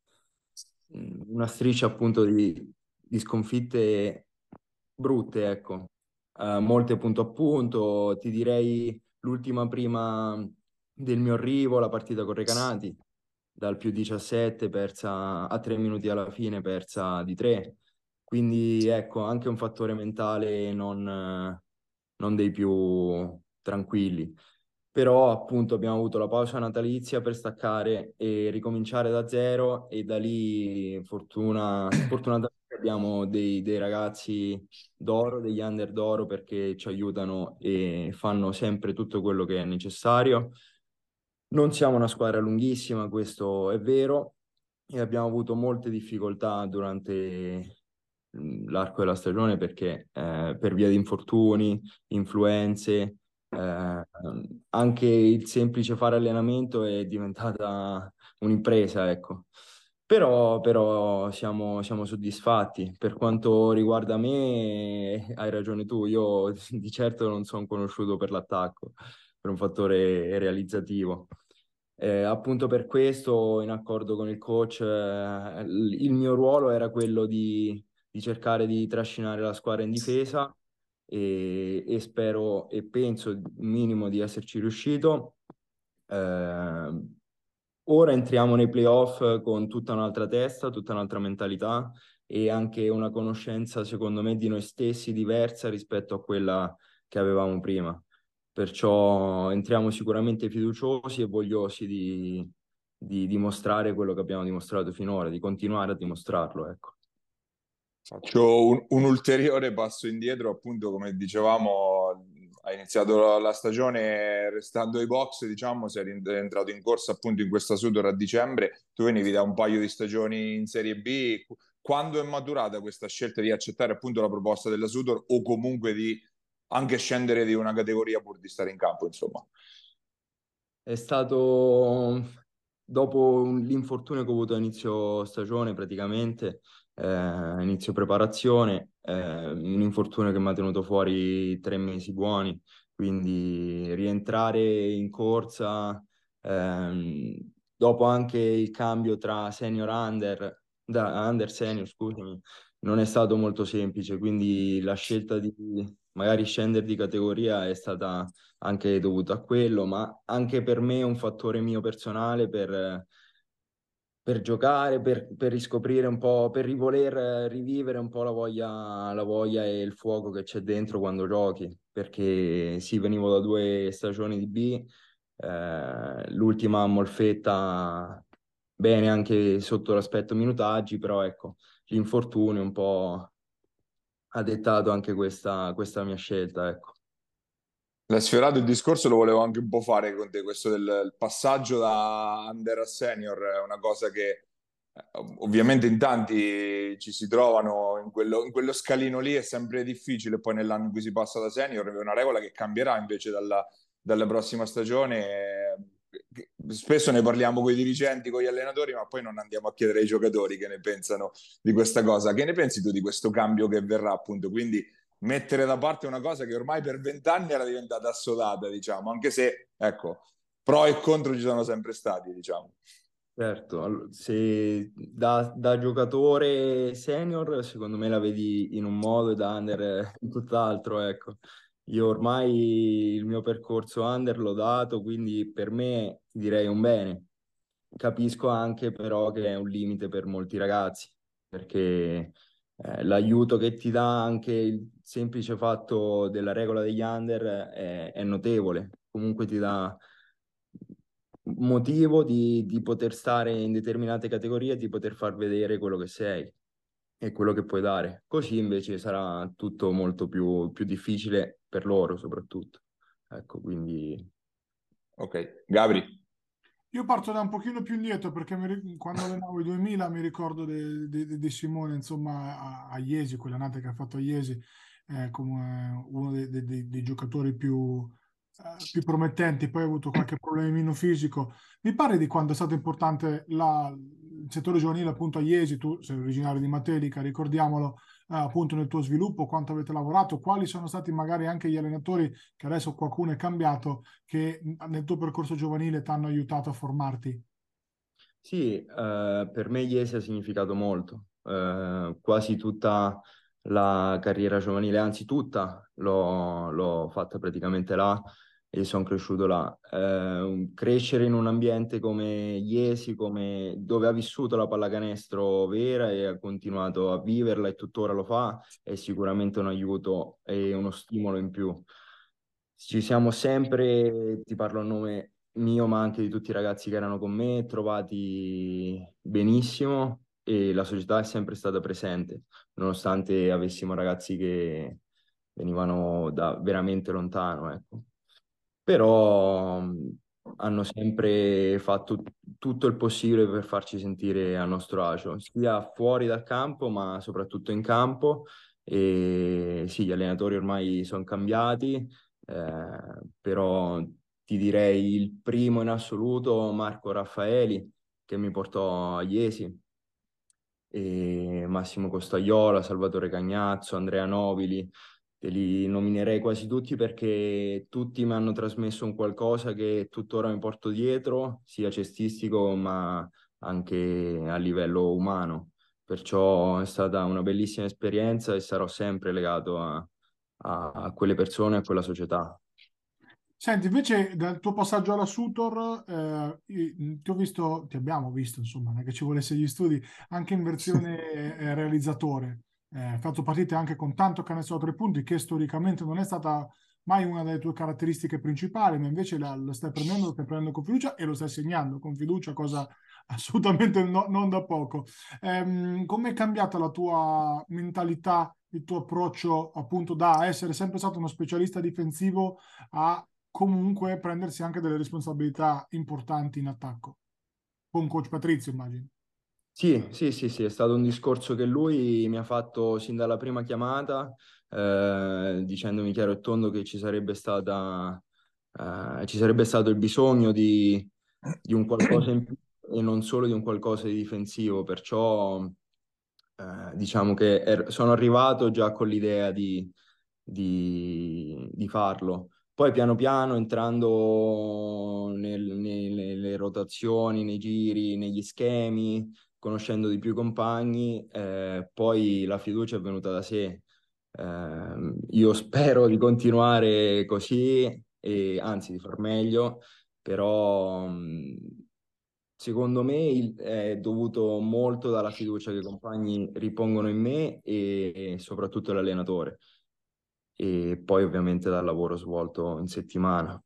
eh, una striscia appunto di, di sconfitte brutte, ecco. Eh, molte punto a punto, ti direi l'ultima prima del mio arrivo, la partita con Recanati, dal più diciassette, persa a tre minuti alla fine, persa di tre. Quindi ecco, anche un fattore mentale non, eh, non dei più tranquilli. Però appunto abbiamo avuto la pausa natalizia per staccare e ricominciare da zero, e da lì fortuna, fortunatamente abbiamo dei, dei ragazzi d'oro, degli under d'oro, perché ci aiutano e fanno sempre tutto quello che è necessario. Non siamo una squadra lunghissima, questo è vero, e abbiamo avuto molte difficoltà durante mh, l'arco della stagione perché eh, per via di infortuni, influenze, eh, anche il semplice fare allenamento è diventata un'impresa, ecco. Però, però siamo, siamo soddisfatti. Per quanto riguarda me, hai ragione tu, io di certo non sono conosciuto per l'attacco, per un fattore realizzativo. Eh, appunto per questo, in accordo con il coach, eh, il il mio ruolo era quello di, di cercare di trascinare la squadra in difesa, e, e spero e penso un minimo di esserci riuscito. Eh, Ora entriamo nei playoff con tutta un'altra testa, tutta un'altra mentalità e anche una conoscenza, secondo me, di noi stessi diversa rispetto a quella che avevamo prima. Perciò entriamo sicuramente fiduciosi e vogliosi di, di dimostrare quello che abbiamo dimostrato finora, di continuare a dimostrarlo, ecco. Faccio un, un ulteriore passo indietro, appunto, come dicevamo, hai iniziato la, la stagione restando ai box, diciamo, sei entrato in corsa appunto in questa Sudor a dicembre, tu venivi da un paio di stagioni in Serie B. Quando è maturata questa scelta di accettare appunto la proposta della Sudor o comunque di anche scendere di una categoria pur di stare in campo, insomma? È stato dopo l'infortunio che ho avuto a inizio stagione, praticamente, eh, inizio preparazione, eh, un infortunio che mi ha tenuto fuori tre mesi buoni, quindi rientrare in corsa, ehm, dopo anche il cambio tra senior under, da, under senior, scusami, non è stato molto semplice, quindi la scelta di magari scendere di categoria è stata anche dovuto a quello, ma anche per me è un fattore mio personale per, per giocare, per, per riscoprire un po', per rivoler rivivere un po' la voglia, la voglia e il fuoco che c'è dentro quando giochi, perché sì, venivo da due stagioni di B, eh, l'ultima a Molfetta bene anche sotto l'aspetto minutaggi, però ecco, l'infortunio un po' ha dettato anche questa, questa mia scelta, ecco. L'hai sfiorato il discorso, lo volevo anche un po' fare con te, questo del il passaggio da under a senior, è una cosa che Ovviamente in tanti ci si trovano in quello, in quello scalino lì, è sempre difficile, poi nell'anno in cui si passa da senior è una regola che cambierà invece dalla, dalla prossima stagione. Eh, Spesso ne parliamo con i dirigenti, con gli allenatori, ma poi non andiamo a chiedere ai giocatori che ne pensano di questa cosa. Che ne pensi tu di questo cambio che verrà, appunto? Quindi mettere da parte una cosa che ormai per vent'anni era diventata assodata, diciamo, anche se, ecco, pro e contro ci sono sempre stati, diciamo. Certo, allo- se da, da giocatore senior secondo me la vedi in un modo e da under eh, in tutt'altro, ecco. Io ormai il mio percorso under l'ho dato, quindi per me ti direi un bene. Capisco anche però che è un limite per molti ragazzi, perché eh, l'aiuto che ti dà anche il semplice fatto della regola degli under è, è notevole. Comunque ti dà motivo di, di poter stare in determinate categorie, di poter far vedere quello che sei e quello che puoi dare. Così invece sarà tutto molto più, più difficile per loro, soprattutto. Ecco, quindi Ok, Gabri. Io parto da un pochino più indietro perché mi ri- quando allenavo i duemila mi ricordo di Simone, insomma, a, a Iesi, quell'annata che ha fatto a Iesi, eh, come uno dei, dei- dei- dei giocatori più, eh, più promettenti, poi ha avuto qualche problemino fisico. Mi pare di quando è stato importante la- il settore giovanile appunto a Iesi, tu sei originario di Matelica, ricordiamolo, eh, appunto nel tuo sviluppo, quanto avete lavorato, quali sono stati magari anche gli allenatori, che adesso qualcuno è cambiato, che nel tuo percorso giovanile ti hanno aiutato a formarti? sì, eh, per me Iesi ha significato molto. Eh, quasi tutta la carriera giovanile, anzi tutta, l'ho l'ho fatta praticamente là e sono cresciuto là. Eh, crescere in un ambiente come Iesi, come, dove ha vissuto la pallacanestro vera e ha continuato a viverla e tuttora lo fa, è sicuramente un aiuto e uno stimolo in più. Ci siamo sempre, ti parlo a nome mio, ma anche di tutti i ragazzi che erano con me, trovati benissimo e la società è sempre stata presente, nonostante avessimo ragazzi che venivano da veramente lontano, ecco. Però mh, hanno sempre fatto tutto il possibile per farci sentire a nostro agio, sia fuori dal campo, ma soprattutto in campo. E sì, gli allenatori ormai sono cambiati, eh, però ti direi il primo in assoluto, Marco Raffaeli, che mi portò a Iesi, e Massimo Costaiola, Salvatore Cagnazzo, Andrea Nobili, te li nominerei quasi tutti perché tutti mi hanno trasmesso un qualcosa che tuttora mi porto dietro, sia cestistico ma anche a livello umano. Perciò è stata una bellissima esperienza e sarò sempre legato a, a, a quelle persone e a quella società. Senti, invece dal tuo passaggio alla Sutor, eh, io- ti ho visto, ti abbiamo visto, insomma, non è che ci volesse gli studi, anche in versione eh, realizzatore. Eh, hai fatto partite anche con tanto canestro a tre punti, che storicamente non è stata mai una delle tue caratteristiche principali, ma invece la- lo stai prendendo, lo stai prendendo con fiducia e lo stai segnando con fiducia, cosa assolutamente no- non da poco. Ehm, com'è cambiata la tua mentalità, il tuo approccio appunto da essere sempre stato uno specialista difensivo a comunque prendersi anche delle responsabilità importanti in attacco? Con coach Patrizio, immagino. Sì, sì, sì, sì, è stato un discorso che lui mi ha fatto sin dalla prima chiamata, eh, dicendomi chiaro e tondo che ci sarebbe stata, eh, ci sarebbe stato il bisogno di, di un qualcosa in più e non solo di un qualcosa di difensivo, perciò eh, diciamo che er- sono arrivato già con l'idea di, di- di farlo. Poi piano piano, entrando nel- nelle nelle rotazioni, nei giri, negli schemi, conoscendo di più i compagni, eh, poi la fiducia è venuta da sé. Eh, io spero di continuare così, e anzi di far meglio, però mh, secondo me il- è dovuto molto dalla fiducia che i compagni ripongono in me e, e soprattutto l'allenatore, e poi ovviamente dal lavoro svolto in settimana.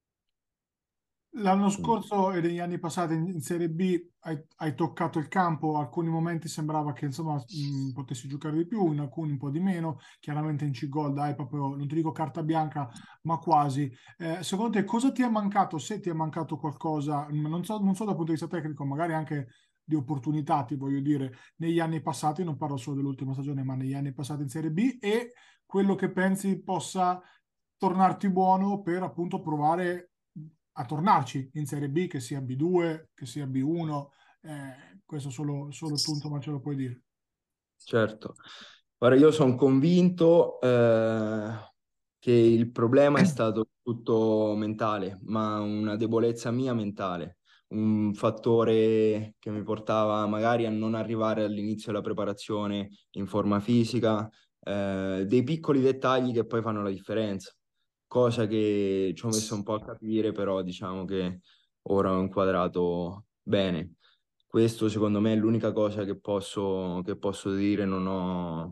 L'anno scorso e negli anni passati in, in Serie B hai, hai toccato il campo, alcuni momenti sembrava che insomma mh, potessi giocare di più, in alcuni un po' di meno, chiaramente in C-Gold hai proprio, non ti dico carta bianca, ma quasi. Eh, secondo te cosa ti è mancato, se ti è mancato qualcosa, non so, non so dal punto di vista tecnico, magari anche di opportunità, ti voglio dire, negli anni passati, non parlo solo dell'ultima stagione, ma negli anni passati in Serie B, e quello che pensi possa tornarti buono per appunto provare a tornarci in Serie B, che sia B due, che sia B uno, eh, questo solo, solo tu insomma ce lo puoi dire. Certo. Guarda, io sono convinto eh, che il problema è stato tutto mentale, ma una debolezza mia mentale, un fattore che mi portava magari a non arrivare all'inizio della preparazione in forma fisica, eh, dei piccoli dettagli che poi fanno la differenza, cosa che ci ho messo un po' a capire, però diciamo che ora ho inquadrato bene. Questo secondo me è l'unica cosa che posso, che posso dire, non ho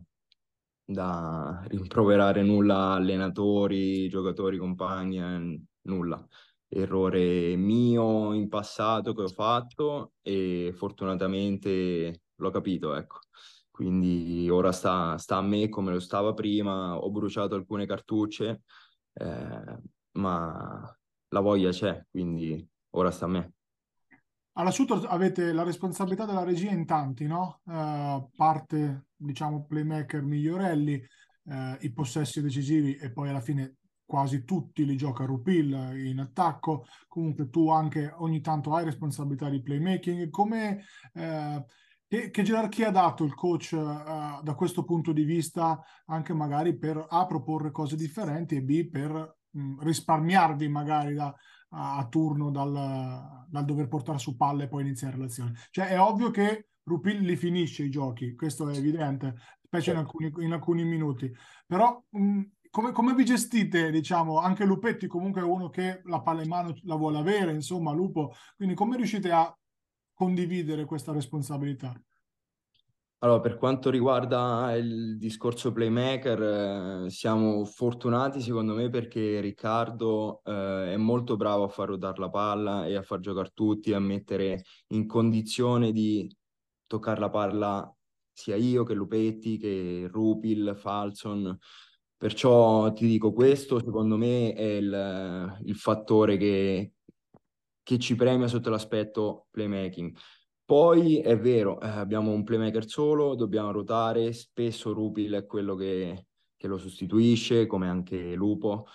da rimproverare nulla a allenatori, giocatori, compagni, eh, nulla. Errore mio in passato che ho fatto e fortunatamente l'ho capito, ecco. Quindi ora sta, sta a me come lo stava prima, ho bruciato alcune cartucce, eh, ma la voglia c'è, quindi ora sta a me. Alla Shooter avete la responsabilità della regia in tanti, no? Eh, parte, diciamo, playmaker migliorelli, eh, i possessi decisivi e poi alla fine quasi tutti li gioca Rupil in attacco. Comunque tu anche ogni tanto hai responsabilità di playmaking. Come, eh, che, che gerarchia ha dato il coach, eh, da questo punto di vista, anche magari per A, proporre cose differenti e B, per mh, risparmiarvi magari da a, a turno dal, dal dover portare su palle e poi iniziare l'azione. Cioè è ovvio che Rupil li finisce i giochi, questo è evidente, specie in alcuni, in alcuni minuti. Però mh, come, come vi gestite, diciamo, anche Lupetti comunque è uno che la palla in mano la vuole avere, insomma, Lupo, quindi come riuscite a condividere questa responsabilità? Allora, per quanto riguarda il discorso playmaker, eh, siamo fortunati secondo me perché Riccardo eh, è molto bravo a far ruotare la palla e a far giocare tutti, a mettere in condizione di toccare la palla sia io che Lupetti, che Rupil, Falson. Perciò ti dico, questo secondo me è il, il fattore che, che ci premia sotto l'aspetto playmaking. Poi è vero, eh, abbiamo un playmaker solo, dobbiamo ruotare, spesso Rupil è quello che, che lo sostituisce, come anche Lupo.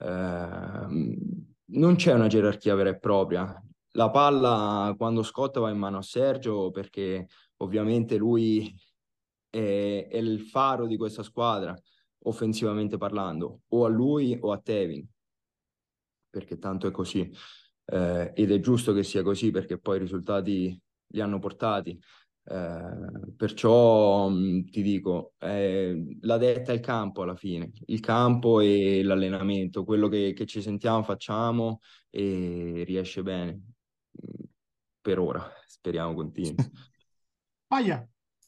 Eh, non c'è una gerarchia vera e propria. La palla quando scotta va in mano a Sergio perché ovviamente lui è, è il faro di questa squadra, offensivamente parlando, o a lui o a Tevin, perché tanto è così. Eh, ed è giusto che sia così perché poi i risultati li hanno portati. Eh, perciò mh, ti dico, eh, la detta è il campo alla fine, il campo e l'allenamento, quello che, che ci sentiamo facciamo e riesce bene. Per ora, speriamo continui. Paia,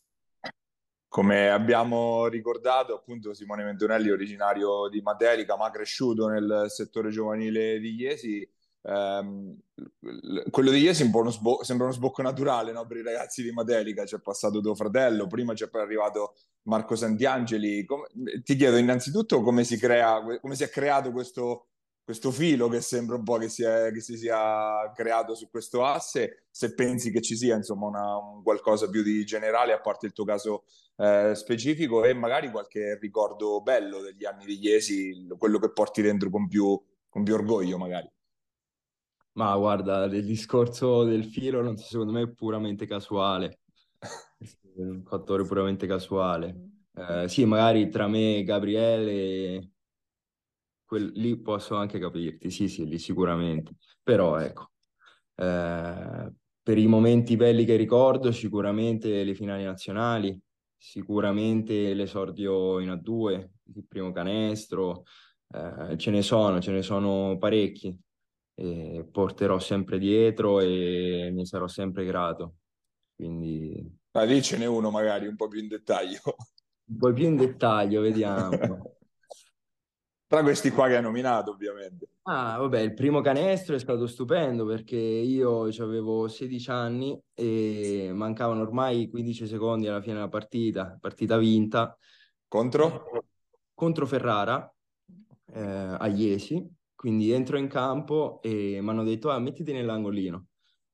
Come abbiamo ricordato, appunto, Simone Mentonelli, originario di Matelica, ma cresciuto nel settore giovanile di Iesi. Ehm, l- quello di Iesi è un po' uno sbo- sembra uno sbocco naturale, no, per i ragazzi di Matelica. C'è passato tuo fratello, prima c'è poi arrivato Marco Santiangeli. Come- ti chiedo innanzitutto come si crea, come si è creato questo, questo filo che sembra un po' che si, è- che si sia creato su questo asse, se pensi che ci sia insomma una- un qualcosa più di generale, a parte il tuo caso eh, specifico, e magari qualche ricordo bello degli anni di Iesi, quello che porti dentro con più, con più orgoglio magari. Ma guarda, il discorso del filo, non so, secondo me è puramente casuale. È un fattore puramente casuale. Eh, sì, magari tra me e Gabriele, quel- lì posso anche capirti, sì, sì, lì sicuramente. Però ecco, eh, per i momenti belli che ricordo, sicuramente le finali nazionali, sicuramente l'esordio in A due, il primo canestro, eh, ce ne sono, ce ne sono parecchi. E porterò sempre dietro e ne sarò sempre grato. Quindi Ma dicene uno magari un po' più in dettaglio. un po' più in dettaglio, vediamo. Tra questi qua che hai nominato, ovviamente. Ah, vabbè, il primo canestro è stato stupendo perché io avevo sedici anni e mancavano ormai quindici secondi alla fine della partita, partita vinta Contro? contro Ferrara eh, a Iesi. Quindi entro in campo e mi hanno detto: ah, mettiti nell'angolino.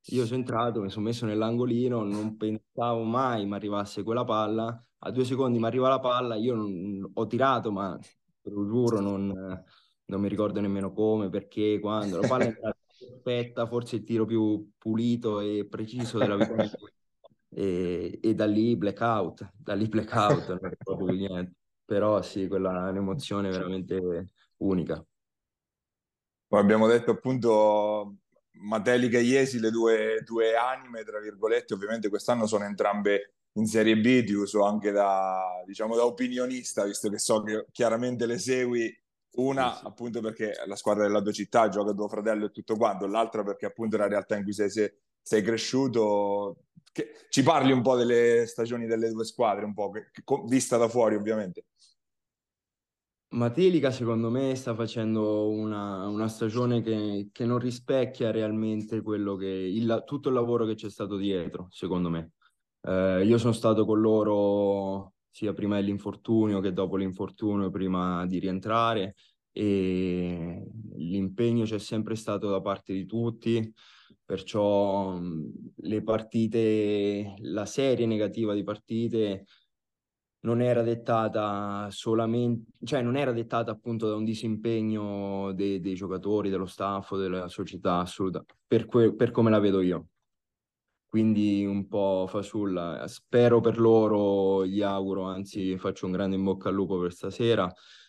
Io sono entrato, mi sono messo nell'angolino, non pensavo mai mi arrivasse quella palla. A due secondi mi arriva la palla, io non, ho tirato, ma te lo giuro, non, non mi ricordo nemmeno come, perché, quando. La palla è entrata perfetta, forse il tiro più pulito e preciso della vita mia. E, e da lì blackout, da lì blackout, non ricordo più niente. Però sì, quella è un'emozione veramente unica. Come abbiamo detto appunto, Matelica e Iesi, le due, due anime, tra virgolette, ovviamente quest'anno sono entrambe in Serie B, ti uso anche da, diciamo, da opinionista, visto che so che chiaramente le segui, Sì, una sì. appunto perché la squadra della tua città gioca tuo fratello e tutto quanto, l'altra perché appunto è la realtà in cui sei, sei, sei cresciuto. Che, ci parli un po' delle stagioni delle due squadre, un po' che, che- vista da fuori ovviamente. Matelica secondo me sta facendo una, una stagione che, che non rispecchia realmente quello che il- tutto il lavoro che c'è stato dietro, secondo me. Eh, io sono stato con loro sia prima dell'infortunio che dopo l'infortunio, prima di rientrare, e l'impegno c'è sempre stato da parte di tutti, perciò mh, le partite, la serie negativa di partite non era dettata solamente, cioè non era dettata appunto da un disimpegno dei, dei giocatori, dello staff, della società assoluta, per, que- per come la vedo io. Quindi un po' fasulla. Spero per loro, gli auguro, anzi faccio un grande in bocca al lupo per stasera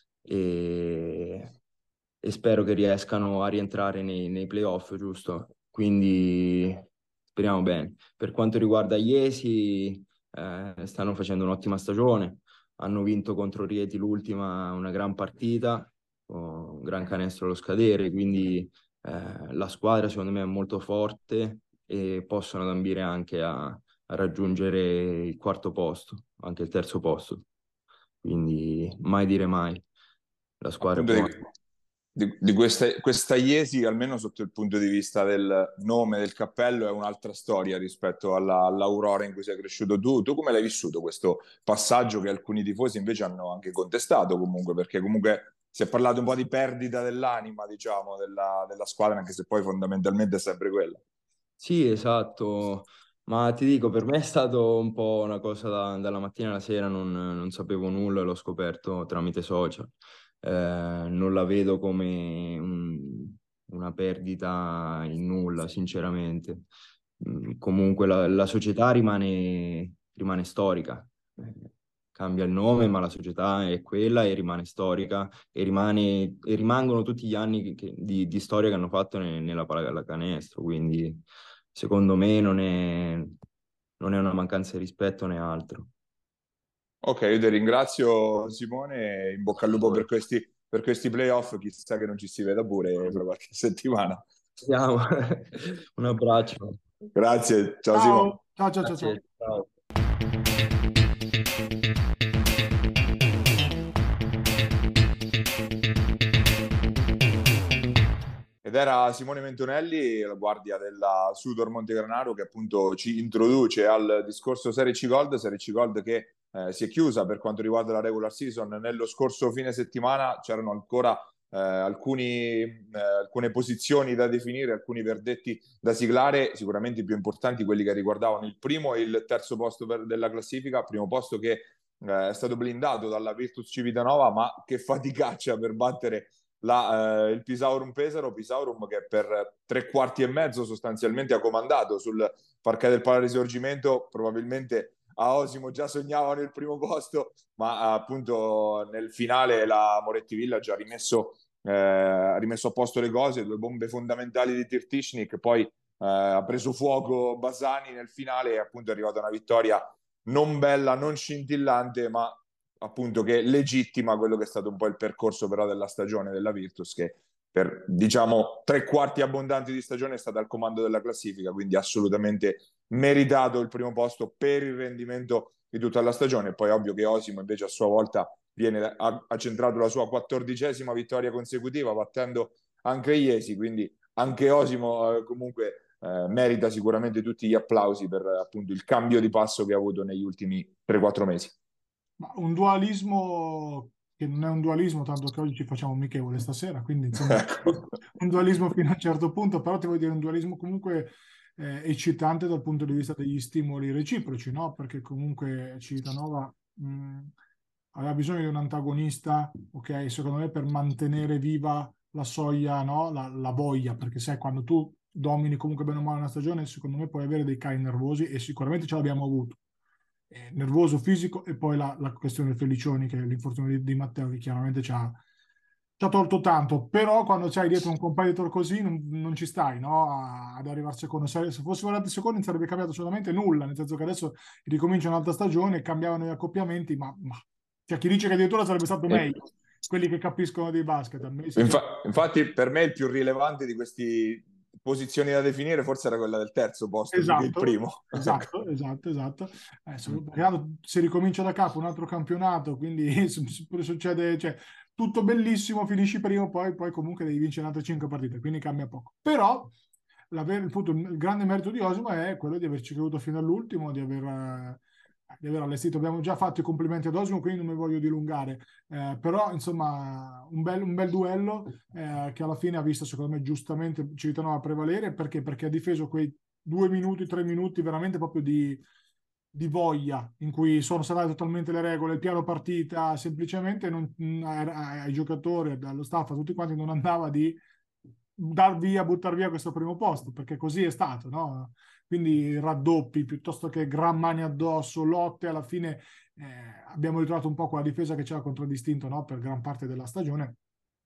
e, e spero che riescano a rientrare nei, nei playoff, giusto? Quindi speriamo bene. Per quanto riguarda Iesi, eh, stanno facendo un'ottima stagione, hanno vinto contro Rieti l'ultima, una gran partita, con un gran canestro allo scadere, quindi eh, la squadra secondo me è molto forte e possono ambire anche a, a raggiungere il quarto posto, anche il terzo posto. Quindi mai dire mai, la squadra è Appunto di, buona. di- di questa, questa Iesi, almeno sotto il punto di vista del nome del cappello, è un'altra storia rispetto alla- all'Aurora in cui sei cresciuto tu. Tu come l'hai vissuto questo passaggio che alcuni tifosi invece hanno anche contestato comunque, perché comunque si è parlato un po' di perdita dell'anima, diciamo, della, della squadra, anche se poi fondamentalmente è sempre quella. Sì, esatto, ma ti dico, per me è stato un po' una cosa da- dalla mattina alla sera, non, non sapevo nulla e l'ho scoperto tramite social. Eh, non la vedo come un- una perdita in nulla, sinceramente. Mm, Comunque la, la società rimane, rimane storica. Eh, Cambia il nome, ma la società è quella e rimane storica e, rimane, e rimangono tutti gli anni che- che- di, di storia che hanno fatto ne- nella pallacanestro, quindi secondo me non è, non è una mancanza di rispetto né altro. Ok, io ti ringrazio Simone, e in bocca al lupo per Poi, questi, per questi playoff, chissà che non ci si veda pure fra qualche settimana. vediamo. Un abbraccio. Grazie, ciao Simo. Ciao, ciao, ciao, ciao, ciao. Grazie, ciao. Ed era Simone Mentonelli, la guardia della Sudor Montegranaro, che appunto ci introduce al discorso Serie C Gold, Serie C Gold che eh, si è chiusa per quanto riguarda la regular season. Nello scorso fine settimana c'erano ancora eh, alcuni, eh, alcune posizioni da definire, alcuni verdetti da siglare, sicuramente i più importanti, quelli che riguardavano il primo e il terzo posto per, della classifica, primo posto che eh, è stato blindato dalla Virtus Civitanova, ma che faticaccia per battere la, eh, il Pisaurum Pesaro, Pisaurum che per tre quarti e mezzo sostanzialmente ha comandato sul parquet del Palarisorgimento, probabilmente a Osimo già sognavano il primo posto, ma appunto nel finale la Moretti Village ha rimesso, eh, ha rimesso a posto le cose, due bombe fondamentali di Tirtishnik, poi eh, ha preso fuoco Basani nel finale e appunto è arrivata una vittoria non bella, non scintillante, ma appunto che legittima quello che è stato un po' il percorso però della stagione della Virtus, che per diciamo tre quarti abbondanti di stagione è stata al comando della classifica, quindi assolutamente meritato il primo posto per il rendimento di tutta la stagione. Poi ovvio che Osimo invece a sua volta viene, ha, ha centrato la sua quattordicesima vittoria consecutiva battendo anche Iesi, quindi anche Osimo eh, comunque eh, merita sicuramente tutti gli applausi per appunto il cambio di passo che ha avuto negli ultimi tre quattro mesi. Ma un dualismo che non è un dualismo, tanto che oggi ci facciamo amichevole stasera, quindi insomma Ecco. un dualismo fino a un certo punto, però ti voglio dire un dualismo comunque eh, eccitante dal punto di vista degli stimoli reciproci, no? Perché comunque Civitanova mh, aveva bisogno di un antagonista, ok, secondo me per mantenere viva la soglia, no? La, la voglia, perché sai, quando tu domini comunque bene o male una stagione, secondo me puoi avere dei cali nervosi e sicuramente ce l'abbiamo avuto. Eh, nervoso fisico e poi la, la questione Felicioni, che è l'infortunio di, di Matteo, che chiaramente ci ha, ci ha tolto tanto, però quando c'hai dietro un competitor così non, non ci stai, no? A- ad arrivare secondo. Se, se fossimo arrivati secondi non sarebbe cambiato assolutamente nulla, nel senso che adesso ricomincia un'altra stagione, cambiavano gli accoppiamenti, ma, ma c'è chi dice che addirittura sarebbe stato meglio, quelli che capiscono di basket. A me sinceramente- Infa- infatti, per me il più rilevante di queste posizioni da definire forse era quella del terzo posto più che il Esatto, primo. esatto, esatto, esatto. Eh, so- perché tanto si ricomincia da capo un altro campionato, quindi su- su- succede, cioè, tutto bellissimo, finisci primo, poi, poi comunque devi vincere altre cinque partite, quindi cambia poco. Però l'aver- appunto, il grande merito di Osimo è quello di averci creduto fino all'ultimo, di aver, eh, di aver allestito. Abbiamo già fatto i complimenti ad Osimo, quindi non mi voglio dilungare. Eh, però, insomma, un bel, un bel duello eh, che alla fine ha visto, secondo me, giustamente Civitanova prevalere. Perché? Perché ha difeso quei due minuti, tre minuti veramente proprio di, di voglia, in cui sono saltate totalmente le regole, il piano partita, semplicemente non, ai giocatori, allo staff, a tutti quanti non andava di dar via, buttare via questo primo posto, perché così è stato, no? Quindi raddoppi piuttosto che gran mani addosso, lotte, alla fine eh, abbiamo ritrovato un po' quella difesa che ci ha contraddistinto, no? Per gran parte della stagione.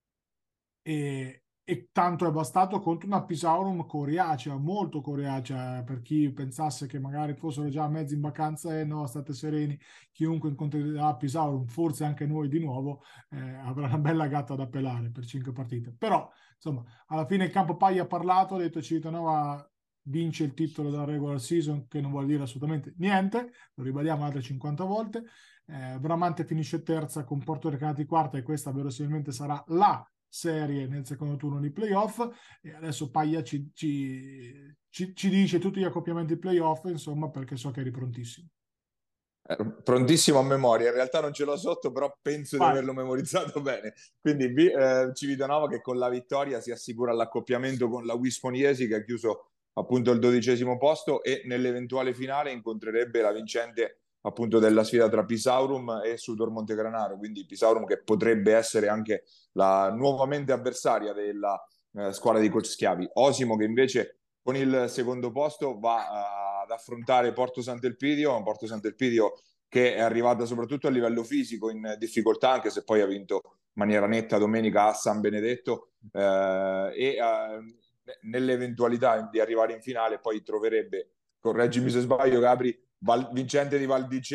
E, e tanto è bastato contro una Pisaurum coriacea, molto coriacea, per chi pensasse che magari fossero già mezzi in vacanza. E no, state sereni, chiunque incontrerà Pisaurum, forse anche noi di nuovo, eh, avrà una bella gatta da pelare per cinque partite. Però, insomma, alla fine il campo Paglia ha parlato, ha detto Civitanova vince il titolo della regular season, che non vuol dire assolutamente niente, lo ribadiamo altre cinquanta volte. Eh, Bramante finisce terza con Porto Recanati quarta, e questa verosimilmente sarà la serie nel secondo turno di playoff. E adesso Paglia ci, ci, ci, ci dice tutti gli accoppiamenti playoff, insomma, perché so che eri prontissimo. Ero prontissimo a memoria, in realtà non ce l'ho sotto, però penso di Vai. averlo memorizzato bene. Quindi vi- eh, Civitanova che con la vittoria si assicura l'accoppiamento con la Wisponiesi, che ha chiuso appunto il dodicesimo posto, e nell'eventuale finale incontrerebbe la vincente appunto della sfida tra Pisaurum e Sudor Montegranaro, quindi Pisaurum che potrebbe essere anche la nuovamente avversaria della eh, squadra di Coach Schiavi. Osimo che invece con il secondo posto va uh, ad affrontare Porto Sant'Elpidio, Porto Sant'Elpidio che è arrivata soprattutto a livello fisico in difficoltà, anche se poi ha vinto in maniera netta domenica a San Benedetto, eh, e uh, nell'eventualità di arrivare in finale poi troverebbe, correggimi se sbaglio Gabri, Val, vincente di Val di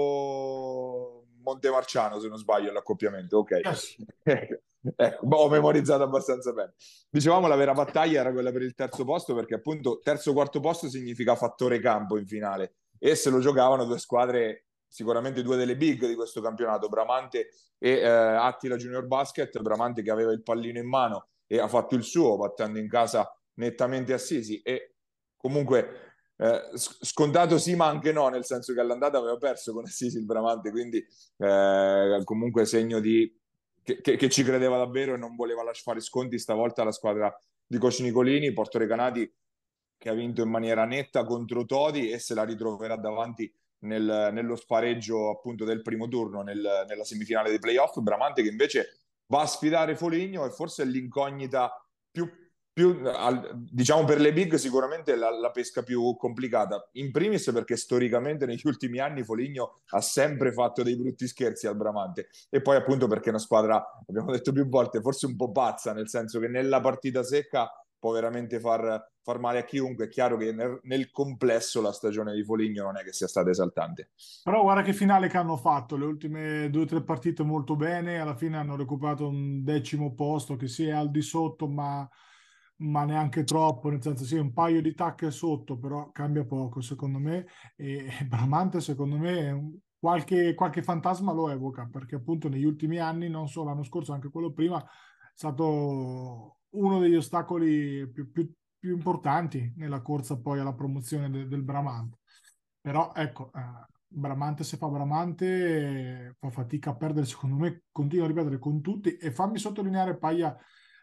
Ceppo Montemarciano, se non sbaglio l'accoppiamento, ok. Yes. Ecco, ho memorizzato abbastanza bene. Dicevamo la vera battaglia era quella per il terzo posto, perché appunto terzo quarto posto significa fattore campo in finale, e se lo giocavano due squadre, sicuramente due delle big di questo campionato, Bramante e eh, Attila Junior Basket. Bramante che aveva il pallino in mano e ha fatto il suo battendo in casa nettamente Assisi, e comunque eh, scontato sì ma anche no, nel senso che all'andata aveva perso con Assisi il Bramante, quindi eh, comunque segno di Che, che, che ci credeva davvero e non voleva lasciare sconti stavolta la squadra di Coach Nicolini. Porto Recanati che ha vinto in maniera netta contro Todi e se la ritroverà davanti nel, nello spareggio appunto del primo turno nel, nella semifinale dei playoff. Bramante che invece va a sfidare Foligno, e forse è l'incognita più, più al, diciamo per le big sicuramente la, la pesca più complicata, in primis perché storicamente negli ultimi anni Foligno ha sempre fatto dei brutti scherzi al Bramante, e poi appunto perché è una squadra, abbiamo detto più volte, forse un po' pazza, nel senso che nella partita secca può veramente far, far male a chiunque. È chiaro che nel, nel complesso la stagione di Foligno non è che sia stata esaltante. Però guarda che finale che hanno fatto, le ultime due o tre partite molto bene, alla fine hanno recuperato un decimo posto che si è al di sotto, ma, ma neanche troppo, nel senso sì, un paio di tacche sotto, però cambia poco secondo me. E Bramante secondo me qualche, qualche fantasma lo evoca, perché appunto negli ultimi anni, non solo l'anno scorso, anche quello prima, è stato uno degli ostacoli più, più, più importanti nella corsa poi alla promozione de, del Bramante. Però ecco, eh, Bramante se fa Bramante eh, fa fatica a perdere, secondo me, continua a ripetere con tutti. E fammi sottolineare Paglia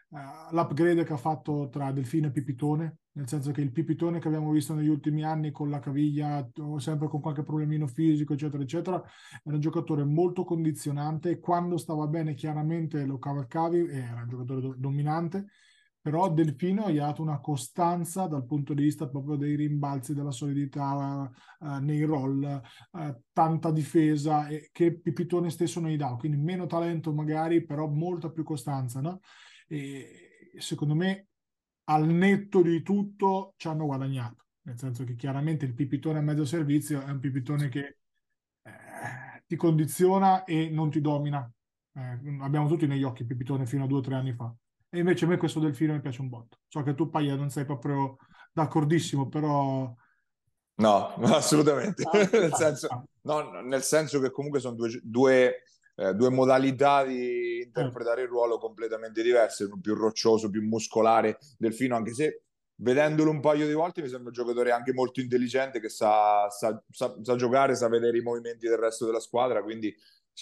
uh, l'upgrade che ha fatto tra Delfino e Pipitone, nel senso che il Pipitone che abbiamo visto negli ultimi anni con la caviglia o sempre con qualche problemino fisico, eccetera, eccetera, era un giocatore molto condizionante e quando stava bene chiaramente lo cavalcavi, era un giocatore do- dominante, però Delfino gli ha dato una costanza dal punto di vista proprio dei rimbalzi, della solidità uh, nei roll, uh, tanta difesa e che Pipitone stesso non gli dà, quindi meno talento magari, però molta più costanza, no? E secondo me al netto di tutto ci hanno guadagnato, nel senso che chiaramente il Pipitone a mezzo servizio è un Pipitone che eh, ti condiziona e non ti domina. Eh, abbiamo tutti negli occhi il Pipitone fino a due o tre anni fa. E invece a me questo Delfino mi piace un botto. So che tu, Paia, non sei proprio d'accordissimo, però... No, assolutamente. Ah, nel ah, senso, ah, no, nel senso che comunque sono due, due, eh, due modalità di certo. interpretare il ruolo completamente diverse, uno più roccioso, più muscolare. Delfino, anche se vedendolo un paio di volte mi sembra un giocatore anche molto intelligente che sa, sa, sa, sa giocare, sa vedere i movimenti del resto della squadra, quindi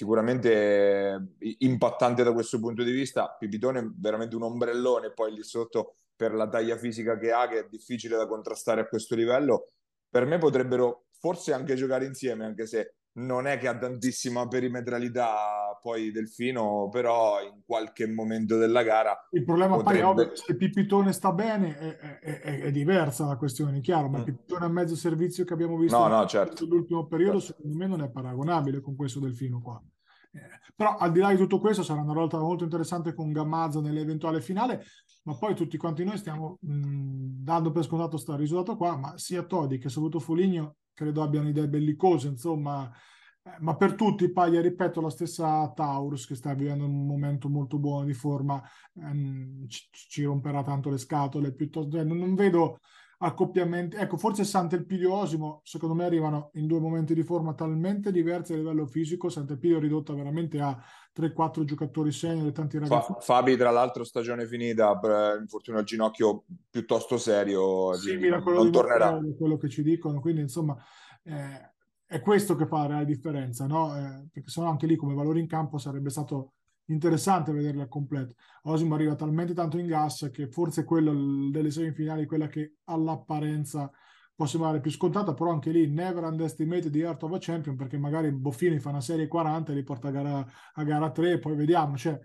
sicuramente eh, impattante da questo punto di vista. Pipitone è veramente un ombrellone, poi lì sotto per la taglia fisica che ha, che è difficile da contrastare a questo livello. Per me potrebbero forse anche giocare insieme, anche se non è che ha tantissima perimetralità poi Delfino, però in qualche momento della gara Il problema poi è ovvio, potrebbe... se Pipitone sta bene è, è- è- è diversa la questione, chiaro, ma il Mm. Pipitone a mezzo servizio che abbiamo visto No, no, certo, nell'ultimo periodo certo. secondo me non è paragonabile con questo Delfino qua. Eh, però al di là di tutto questo sarà una volta molto interessante con Gammazzo nell'eventuale finale, ma poi tutti quanti noi stiamo mh, dando per scontato sta risultato qua, ma sia Todi che soprattutto Foligno credo abbiano idee bellicose, insomma, eh, ma per tutti, Paglia, ripeto, la stessa Taurus che sta vivendo un momento molto buono di forma, ehm, ci, ci romperà tanto le scatole, piuttosto, eh, non, non vedo accoppiamenti, ecco, forse Sant'Elpidio e Osimo, secondo me arrivano in due momenti di forma talmente diversi a livello fisico, Sant'Elpidio è ridotta veramente a tre quattro giocatori senior e tanti ragazzi. Fa- Fabi, tra l'altro, stagione finita per infortunio al ginocchio piuttosto serio, quindi Simile a non, quello non di Matteo, tornerà. quello che ci dicono, quindi insomma eh, è questo che fa la differenza, no? Eh, perché sennò anche lì come valore in campo sarebbe stato interessante vederlo al completo. Osimo arriva talmente tanto in gas che forse quello l- delle semifinali, quella che all'apparenza può sembrare più scontata, però anche lì never underestimate the art of a champion, perché magari Boffini fa una serie quaranta e li porta a gara, a gara tre e poi vediamo, cioè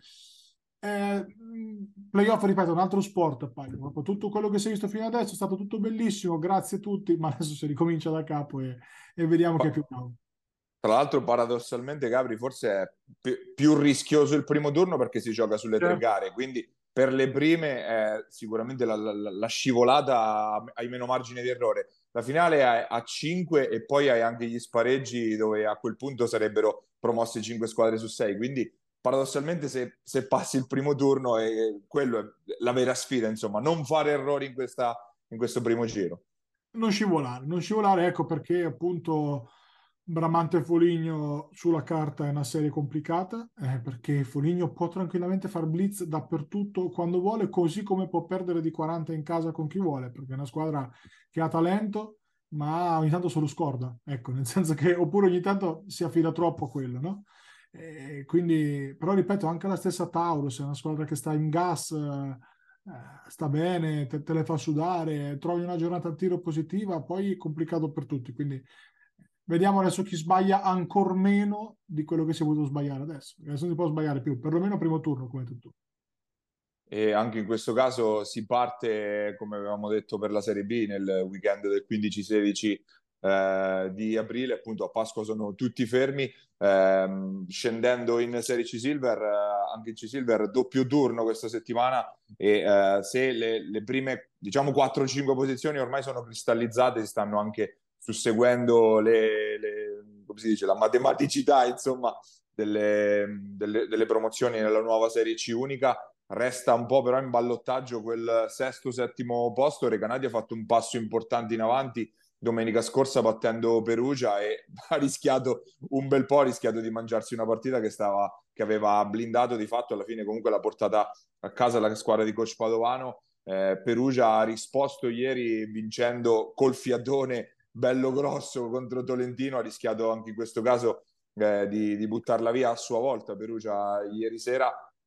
eh, playoff, ripeto, è un altro sport. Poi, dopo tutto quello che si è visto fino adesso è stato tutto bellissimo, grazie a tutti, ma adesso si ricomincia da capo e, e vediamo chi è più bravo. Tra l'altro, paradossalmente, Gabri, forse è pi- più rischioso il primo turno perché si gioca sulle tre Certo. gare, quindi per le prime è sicuramente la, la- la scivolata ai meno margine di errore. La finale è a cinque e poi hai anche gli spareggi dove a quel punto sarebbero promosse cinque squadre su sei, quindi paradossalmente se, se passi il primo turno è, quello è la vera sfida, insomma, non fare errori in questa, in questo primo giro. Non scivolare, non scivolare, ecco perché appunto Bramante e Foligno sulla carta è una serie complicata, eh, perché Foligno può tranquillamente far blitz dappertutto quando vuole, così come può perdere di quaranta in casa con chi vuole, perché è una squadra che ha talento, ma ogni tanto solo scorda, ecco, nel senso che oppure ogni tanto si affida troppo a quello, no? E quindi, però ripeto, anche la stessa Taurus è una squadra che sta in gas, eh, eh, sta bene, te, te le fa sudare, trovi una giornata a tiro positiva, poi è complicato per tutti. Quindi vediamo adesso chi sbaglia ancora meno di quello che si è voluto sbagliare adesso. Adesso non si può sbagliare più, perlomeno primo turno, come tu. E anche in questo caso si parte, come avevamo detto, per la Serie B nel weekend del quindici sedici eh, di aprile, appunto a Pasqua sono tutti fermi, ehm, scendendo in Serie C Silver, eh, anche in C Silver doppio turno questa settimana e eh, se le, le prime, diciamo, quattro cinque posizioni ormai sono cristallizzate, si stanno anche susseguendo le, le, come si dice, la matematicità, insomma, delle, delle, delle promozioni nella nuova Serie C unica. Resta un po' però in ballottaggio quel sesto, settimo posto. Recanati ha fatto un passo importante in avanti domenica scorsa battendo Perugia e ha rischiato un bel po', ha rischiato di mangiarsi una partita che, stava, che aveva blindato di fatto, alla fine comunque l'ha portata a casa la squadra di coach Padovano. Eh, Perugia ha risposto ieri vincendo col fiatone bello grosso contro Tolentino, ha rischiato anche in questo caso eh, di, di buttarla via a sua volta Perugia ieri sera.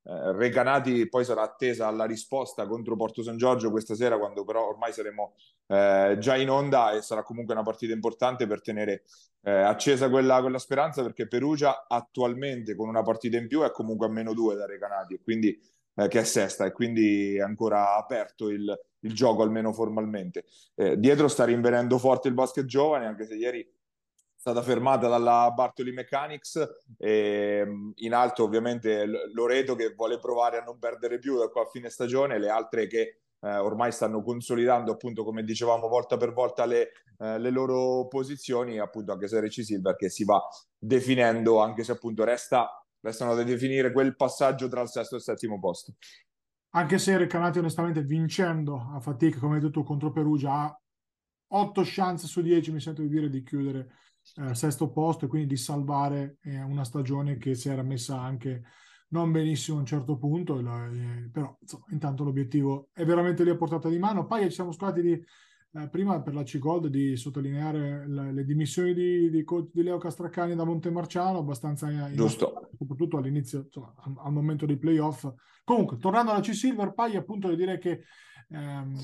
Eh, Recanati poi sarà attesa alla risposta contro Porto San Giorgio questa sera, quando però ormai saremo eh, già in onda, e sarà comunque una partita importante per tenere eh, accesa quella, quella speranza, perché Perugia attualmente con una partita in più è comunque a meno due da Recanati, e quindi, eh, che è sesta, e quindi è ancora aperto il, il gioco, almeno formalmente. Eh, dietro sta rinvenendo forte il basket giovane, anche se ieri stata fermata dalla Bartoli Mechanics, e in alto ovviamente Loreto, che vuole provare a non perdere più da qua a fine stagione, le altre che eh, ormai stanno consolidando, appunto, come dicevamo, volta per volta le, eh, le loro posizioni, appunto anche se Reci Silver che si va definendo, anche se appunto resta, restano da definire quel passaggio tra il sesto e il settimo posto. Anche se Recanati onestamente vincendo a fatica, come hai detto, contro Perugia, ha otto chance su dieci, mi sento di dire, di chiudere eh, sesto posto, e quindi di salvare eh, una stagione che si era messa anche non benissimo a un certo punto, eh, però insomma, intanto l'obiettivo è veramente lì a portata di mano. Poi ci siamo scordati di, eh, prima per la C-Gold, di sottolineare le, le dimissioni di, di, coach, di Leo Castracani da Montemarciano, abbastanza Giusto. soprattutto all'inizio, insomma, al, al momento dei playoff. Comunque, tornando alla C-Silver, poi appunto devo dire che ehm,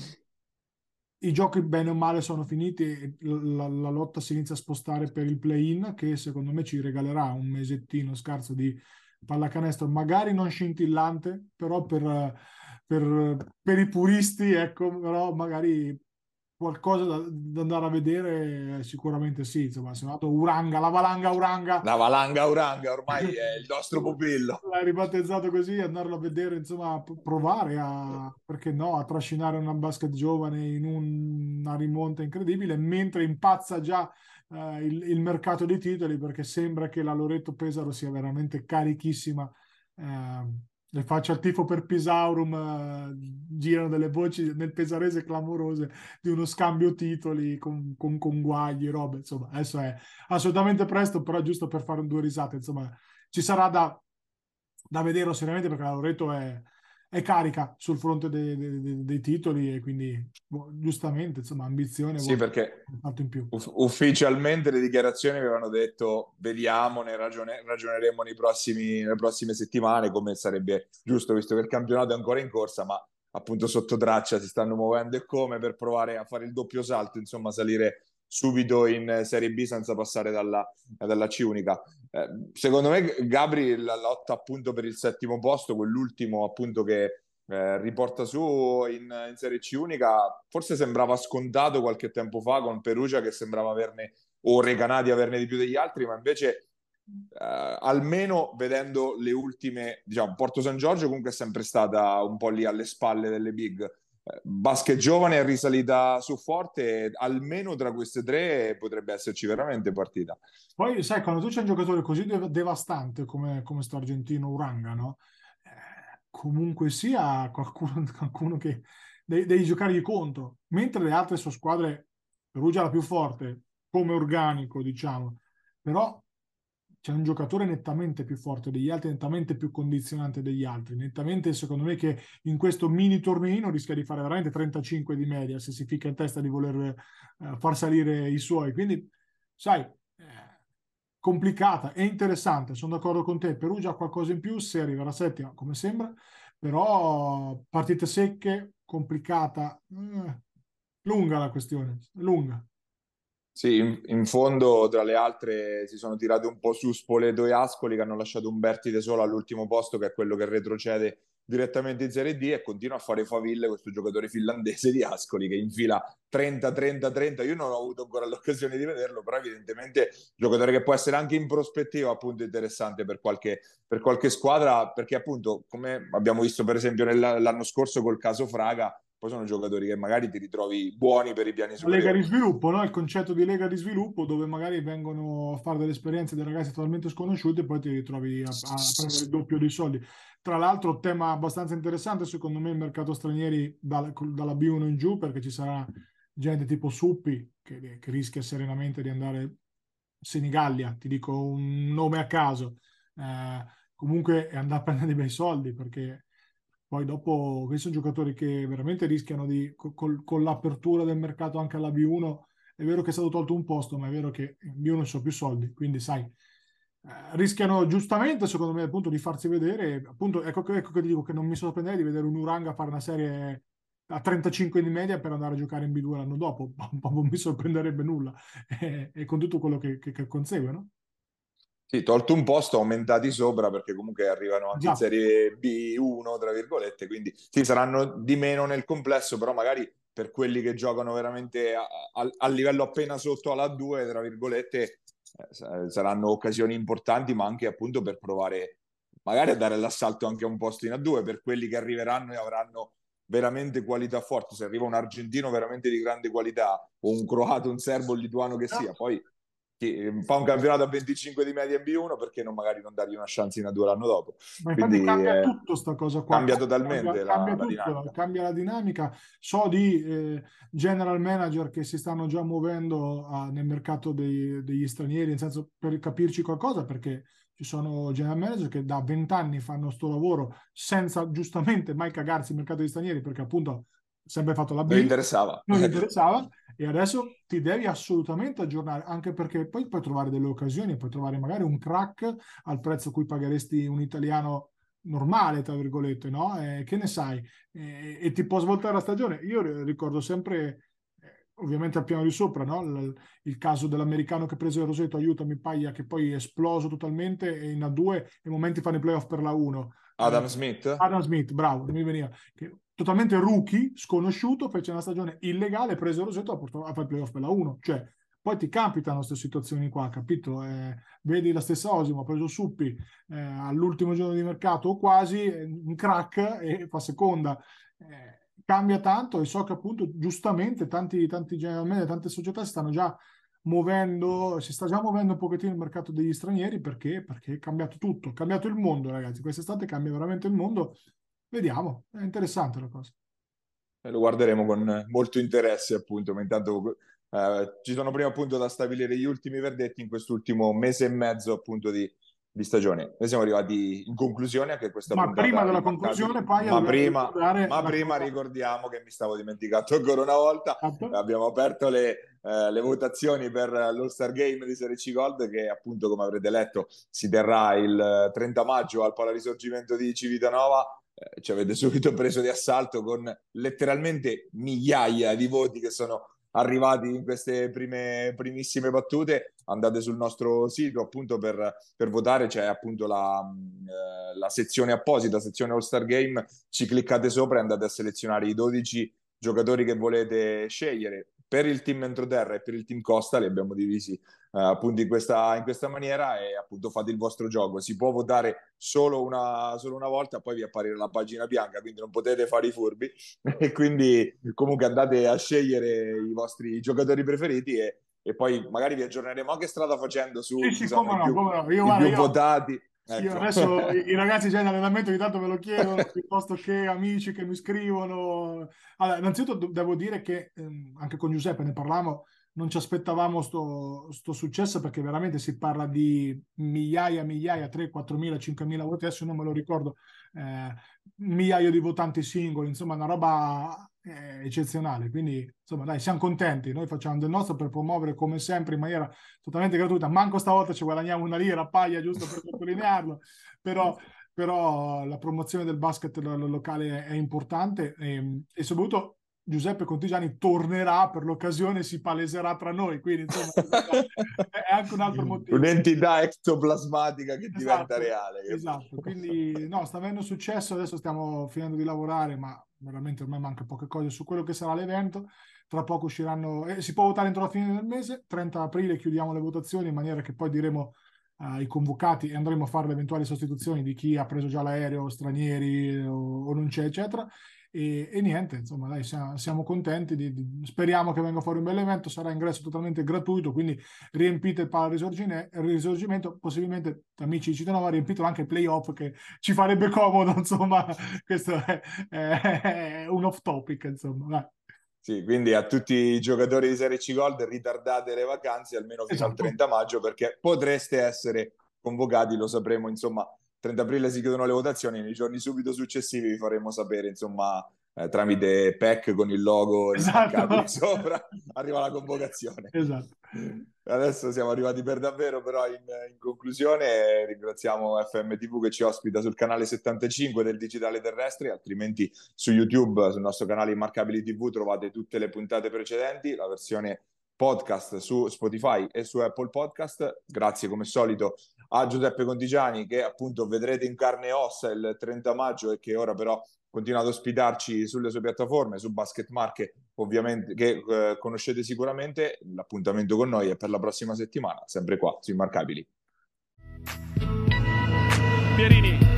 i giochi bene o male sono finiti, e la, la lotta si inizia a spostare per il play-in, che secondo me ci regalerà un mesettino scarso di pallacanestro, magari non scintillante, però per, per, per i puristi, ecco, però magari qualcosa da, da andare a vedere, eh, sicuramente sì. Insomma, sono andato Uranga, la valanga Uranga. La valanga Uranga ormai è il nostro pupillo. L'hai ribattezzato così, andarlo a vedere, insomma, p- provare a, perché no, a trascinare una basket giovane in un- una rimonta incredibile, mentre impazza già eh, il, il mercato dei titoli, perché sembra che la Loreto Pesaro sia veramente carichissima. Eh, le faccio il tifo per Pisaurum, eh, girano delle voci nel pesarese clamorose di uno scambio titoli con, con conguagli, robe, insomma, adesso è assolutamente presto, però giusto per fare due risate, insomma, ci sarà da, da vederlo seriamente, perché la Loreto è, è carica sul fronte dei, dei- dei titoli, e quindi boh, giustamente, insomma, ambizione Sì, vuole perché un fatto in più. uff- ufficialmente le dichiarazioni avevano detto vediamo, ne ragione- ragioneremo nei prossimi, nelle prossime settimane, come sarebbe giusto, visto che il campionato è ancora in corsa, ma appunto sotto traccia si stanno muovendo, e come, per provare a fare il doppio salto, insomma, salire subito in Serie B senza passare dalla, dalla C unica. Eh, secondo me, Gabri, la lotta appunto per il settimo posto, quell'ultimo appunto che eh, riporta su in, in Serie C unica, forse sembrava scontato qualche tempo fa con Perugia, che sembrava averne, o Recanati averne di più degli altri, ma invece eh, almeno vedendo le ultime, diciamo, Porto San Giorgio comunque è sempre stata un po' lì alle spalle delle big. Eh, Basket giovane è risalita su forte, e almeno tra queste tre potrebbe esserci veramente partita. Poi, sai, quando tu c'è un giocatore così dev- devastante come, come sto argentino Uranga, no? Eh, comunque sia qualcuno, qualcuno che devi, devi giocargli contro, mentre le altre sue squadre, Perugia è la più forte come organico, diciamo, però c'è un giocatore nettamente più forte degli altri, nettamente più condizionante degli altri, nettamente, secondo me, che in questo mini torneino rischia di fare veramente trentacinque di media se si fica in testa di voler eh, far salire i suoi. Quindi, sai, eh, complicata e interessante, sono d'accordo con te. Perugia ha qualcosa in più, se arriva alla settima, come sembra, però partite secche, complicata, eh, lunga la questione, lunga. Sì, in, in fondo tra le altre si sono tirate un po' su Spoleto e Ascoli, che hanno lasciato Umbertide solo all'ultimo posto, che è quello che retrocede direttamente in Serie D, e continua a fare faville questo giocatore finlandese di Ascoli, che infila trenta trenta trenta. Io non ho avuto ancora l'occasione di vederlo, però evidentemente giocatore che può essere anche in prospettiva appunto interessante per qualche, per qualche squadra, perché appunto, come abbiamo visto per esempio nell'anno scorso col caso Fraga, poi sono giocatori che magari ti ritrovi buoni per i piani La lega di superiori. sviluppo, no? Il concetto di lega di sviluppo, dove magari vengono a fare delle esperienze dei ragazzi totalmente sconosciuti, e poi ti ritrovi a, a prendere il doppio dei soldi. Tra l'altro, tema abbastanza interessante, secondo me, il mercato stranieri dalla, dalla B uno in giù, perché ci sarà gente tipo Suppi che, che rischia serenamente di andare in Senigallia, ti dico un nome a caso. Eh, comunque, è andare a prendere dei bei soldi, perché poi dopo, questi sono giocatori che veramente rischiano di, col- con l'apertura del mercato anche alla B uno, è vero che è stato tolto un posto, ma è vero che in B uno ci sono più soldi, quindi sai, eh, rischiano giustamente, secondo me, appunto, di farsi vedere. Appunto, ecco, che- ecco che ti dico che non mi sorprenderei di vedere un Uranga fare una serie a trentacinque di media per andare a giocare in B due l'anno dopo. Non mi sorprenderebbe nulla, e, e con tutto quello che, che, che consegue, no? Sì, tolto un posto, aumentati sopra perché comunque arrivano anche in Esatto. Serie B uno, tra virgolette, quindi sì, saranno di meno nel complesso, però magari per quelli che giocano veramente a, a- a livello appena sotto alla due, tra virgolette, eh, saranno occasioni importanti, ma anche appunto per provare magari a dare l'assalto anche a un posto in A due per quelli che arriveranno e avranno veramente qualità forti. Se arriva un argentino veramente di grande qualità o un croato, un serbo, un lituano che sia, poi chi fa un campionato a venticinque di media in B uno, perché non magari non dargli una chance in A due l'anno dopo? Ma infatti Quindi cambia eh, tutto sta cosa qua, cambia cambia, totalmente la, cambia la tutto, dinamica. cambia la dinamica. So di eh, general manager che si stanno già muovendo ah, nel mercato dei- degli stranieri, nel senso, per capirci qualcosa, perché ci sono general manager che da vent'anni fanno sto lavoro senza giustamente mai cagarsi il mercato degli stranieri, perché appunto sempre fatto la Non gli B, interessava. non gli Ecco. interessava, e adesso ti devi assolutamente aggiornare, anche perché poi puoi trovare delle occasioni, puoi trovare magari un crack al prezzo a cui pagheresti un italiano normale, tra virgolette, no? Eh, che ne sai? Eh, e ti può svoltare la stagione. Io ricordo sempre, eh, ovviamente al piano di sopra, no? Il, il caso dell'americano che ha preso il Roseto, aiutami, Paglia, che poi è esploso totalmente e in A due e momenti fanno i playoff per la uno. Eh, Adam Smith? Adam Smith, bravo, non mi veniva. Che, totalmente rookie, sconosciuto, fece una stagione illegale, prese il Roseto, ha portato a fare i playoff per la uno. Cioè, poi ti capitano queste situazioni qua, capito? Eh, vedi la stessa Osimo, ha preso Suppi eh, all'ultimo giorno di mercato o quasi, eh, un crack e fa seconda. Eh, cambia tanto e so che appunto giustamente tanti, tanti general manager, tante società si stanno già muovendo, si sta già muovendo un pochettino il mercato degli stranieri perché, perché è cambiato tutto, è cambiato il mondo, ragazzi. Quest'estate cambia veramente il mondo. Vediamo, è interessante la cosa. E lo guarderemo con molto interesse, appunto, ma intanto eh, ci sono prima appunto da stabilire gli ultimi verdetti in quest'ultimo mese e mezzo appunto di, di stagione. Noi siamo arrivati in conclusione anche questa Ma prima puntata della di McCarthy, conclusione, Paia, ma dobbiamo prima, ricordare ma la prima cosa. ricordiamo che mi stavo dimenticando ancora una volta, Esatto. abbiamo aperto le, eh, le votazioni per l'All-Star Game di Serie C Gold che appunto, come avrete letto, si terrà il trenta maggio al Palarisorgimento di Civitanova. Eh, ci avete subito preso di assalto con letteralmente migliaia di voti che sono arrivati in queste prime, primissime battute. Andate sul nostro sito appunto per, per votare, c'è appunto la, eh, la sezione apposita, sezione All-Star Game, ci cliccate sopra e andate a selezionare i dodici giocatori che volete scegliere. Per il team entroterra e per il team costa li abbiamo divisi Uh, appunto in questa, in questa maniera e appunto fate il vostro gioco. Si può votare solo una, solo una volta, poi vi apparirà la pagina bianca, quindi non potete fare i furbi e quindi comunque andate a scegliere i vostri giocatori preferiti e, e poi magari vi aggiorneremo anche strada facendo Sì, su chi sì, sono come i no, più, come no. Io, i guarda, più io, votati. io Ecco. adesso i, i ragazzi già in allenamento ogni tanto me lo chiedono, piuttosto che amici che mi scrivono. Allora, innanzitutto do- devo dire che ehm, anche con Giuseppe ne parlavamo, non ci aspettavamo sto, sto successo perché veramente si parla di migliaia, migliaia, tre, quattromila, cinquemila voti, adesso non me lo ricordo, eh, migliaio di votanti singoli, insomma una roba eh, eccezionale. Quindi insomma dai, siamo contenti, noi facciamo del nostro per promuovere come sempre in maniera totalmente gratuita, manco stavolta ci guadagniamo una lira, Paglia, giusto per sottolinearlo, però, però la promozione del basket lo- lo- locale è importante e, e soprattutto Giuseppe Contigiani tornerà per l'occasione, si paleserà tra noi, quindi insomma è anche un altro motivo. Un'entità ectoplasmatica che diventa Esatto, reale. esatto. Quindi no, sta avendo successo, adesso stiamo finendo di lavorare, ma veramente ormai manca poche cose su quello che sarà l'evento. Tra poco usciranno, eh, si può votare entro la fine del mese, trenta aprile chiudiamo le votazioni in maniera che poi diremo ai convocati e andremo a fare le eventuali sostituzioni di chi ha preso già l'aereo, stranieri o, o non c'è, eccetera. E, e niente, insomma, dai, siamo, siamo contenti, di, di- speriamo che venga fuori un bel evento, sarà ingresso totalmente gratuito, quindi riempite il Pala Risorgine- Risorgimento, possibilmente amici di Cittadella, riempitelo anche i playoff che ci farebbe comodo, insomma, questo è, è un off topic, insomma. Dai. Sì, quindi a tutti i giocatori di Serie C Gold ritardate le vacanze almeno fino al Esatto, trenta maggio perché potreste essere convocati, lo sapremo, insomma, trenta aprile si chiudono le votazioni, nei giorni subito successivi vi faremo sapere, insomma, eh, tramite P E C con il logo di esatto, McCarthy sopra, arriva la convocazione. esatto. Adesso siamo arrivati per davvero, però in, in conclusione ringraziamo F M T V che ci ospita sul canale settantacinque del Digitale Terrestre, altrimenti su YouTube, sul nostro canale Immarcabili T V trovate tutte le puntate precedenti, la versione podcast su Spotify e su Apple Podcast. Grazie come solito a Giuseppe Contigiani che appunto vedrete in carne e ossa il trenta maggio e che ora però continua ad ospitarci sulle sue piattaforme, su Basket Marche, ovviamente, che eh, conoscete sicuramente. L'appuntamento con noi è per la prossima settimana, sempre qua, su Immarcabili. Pierini.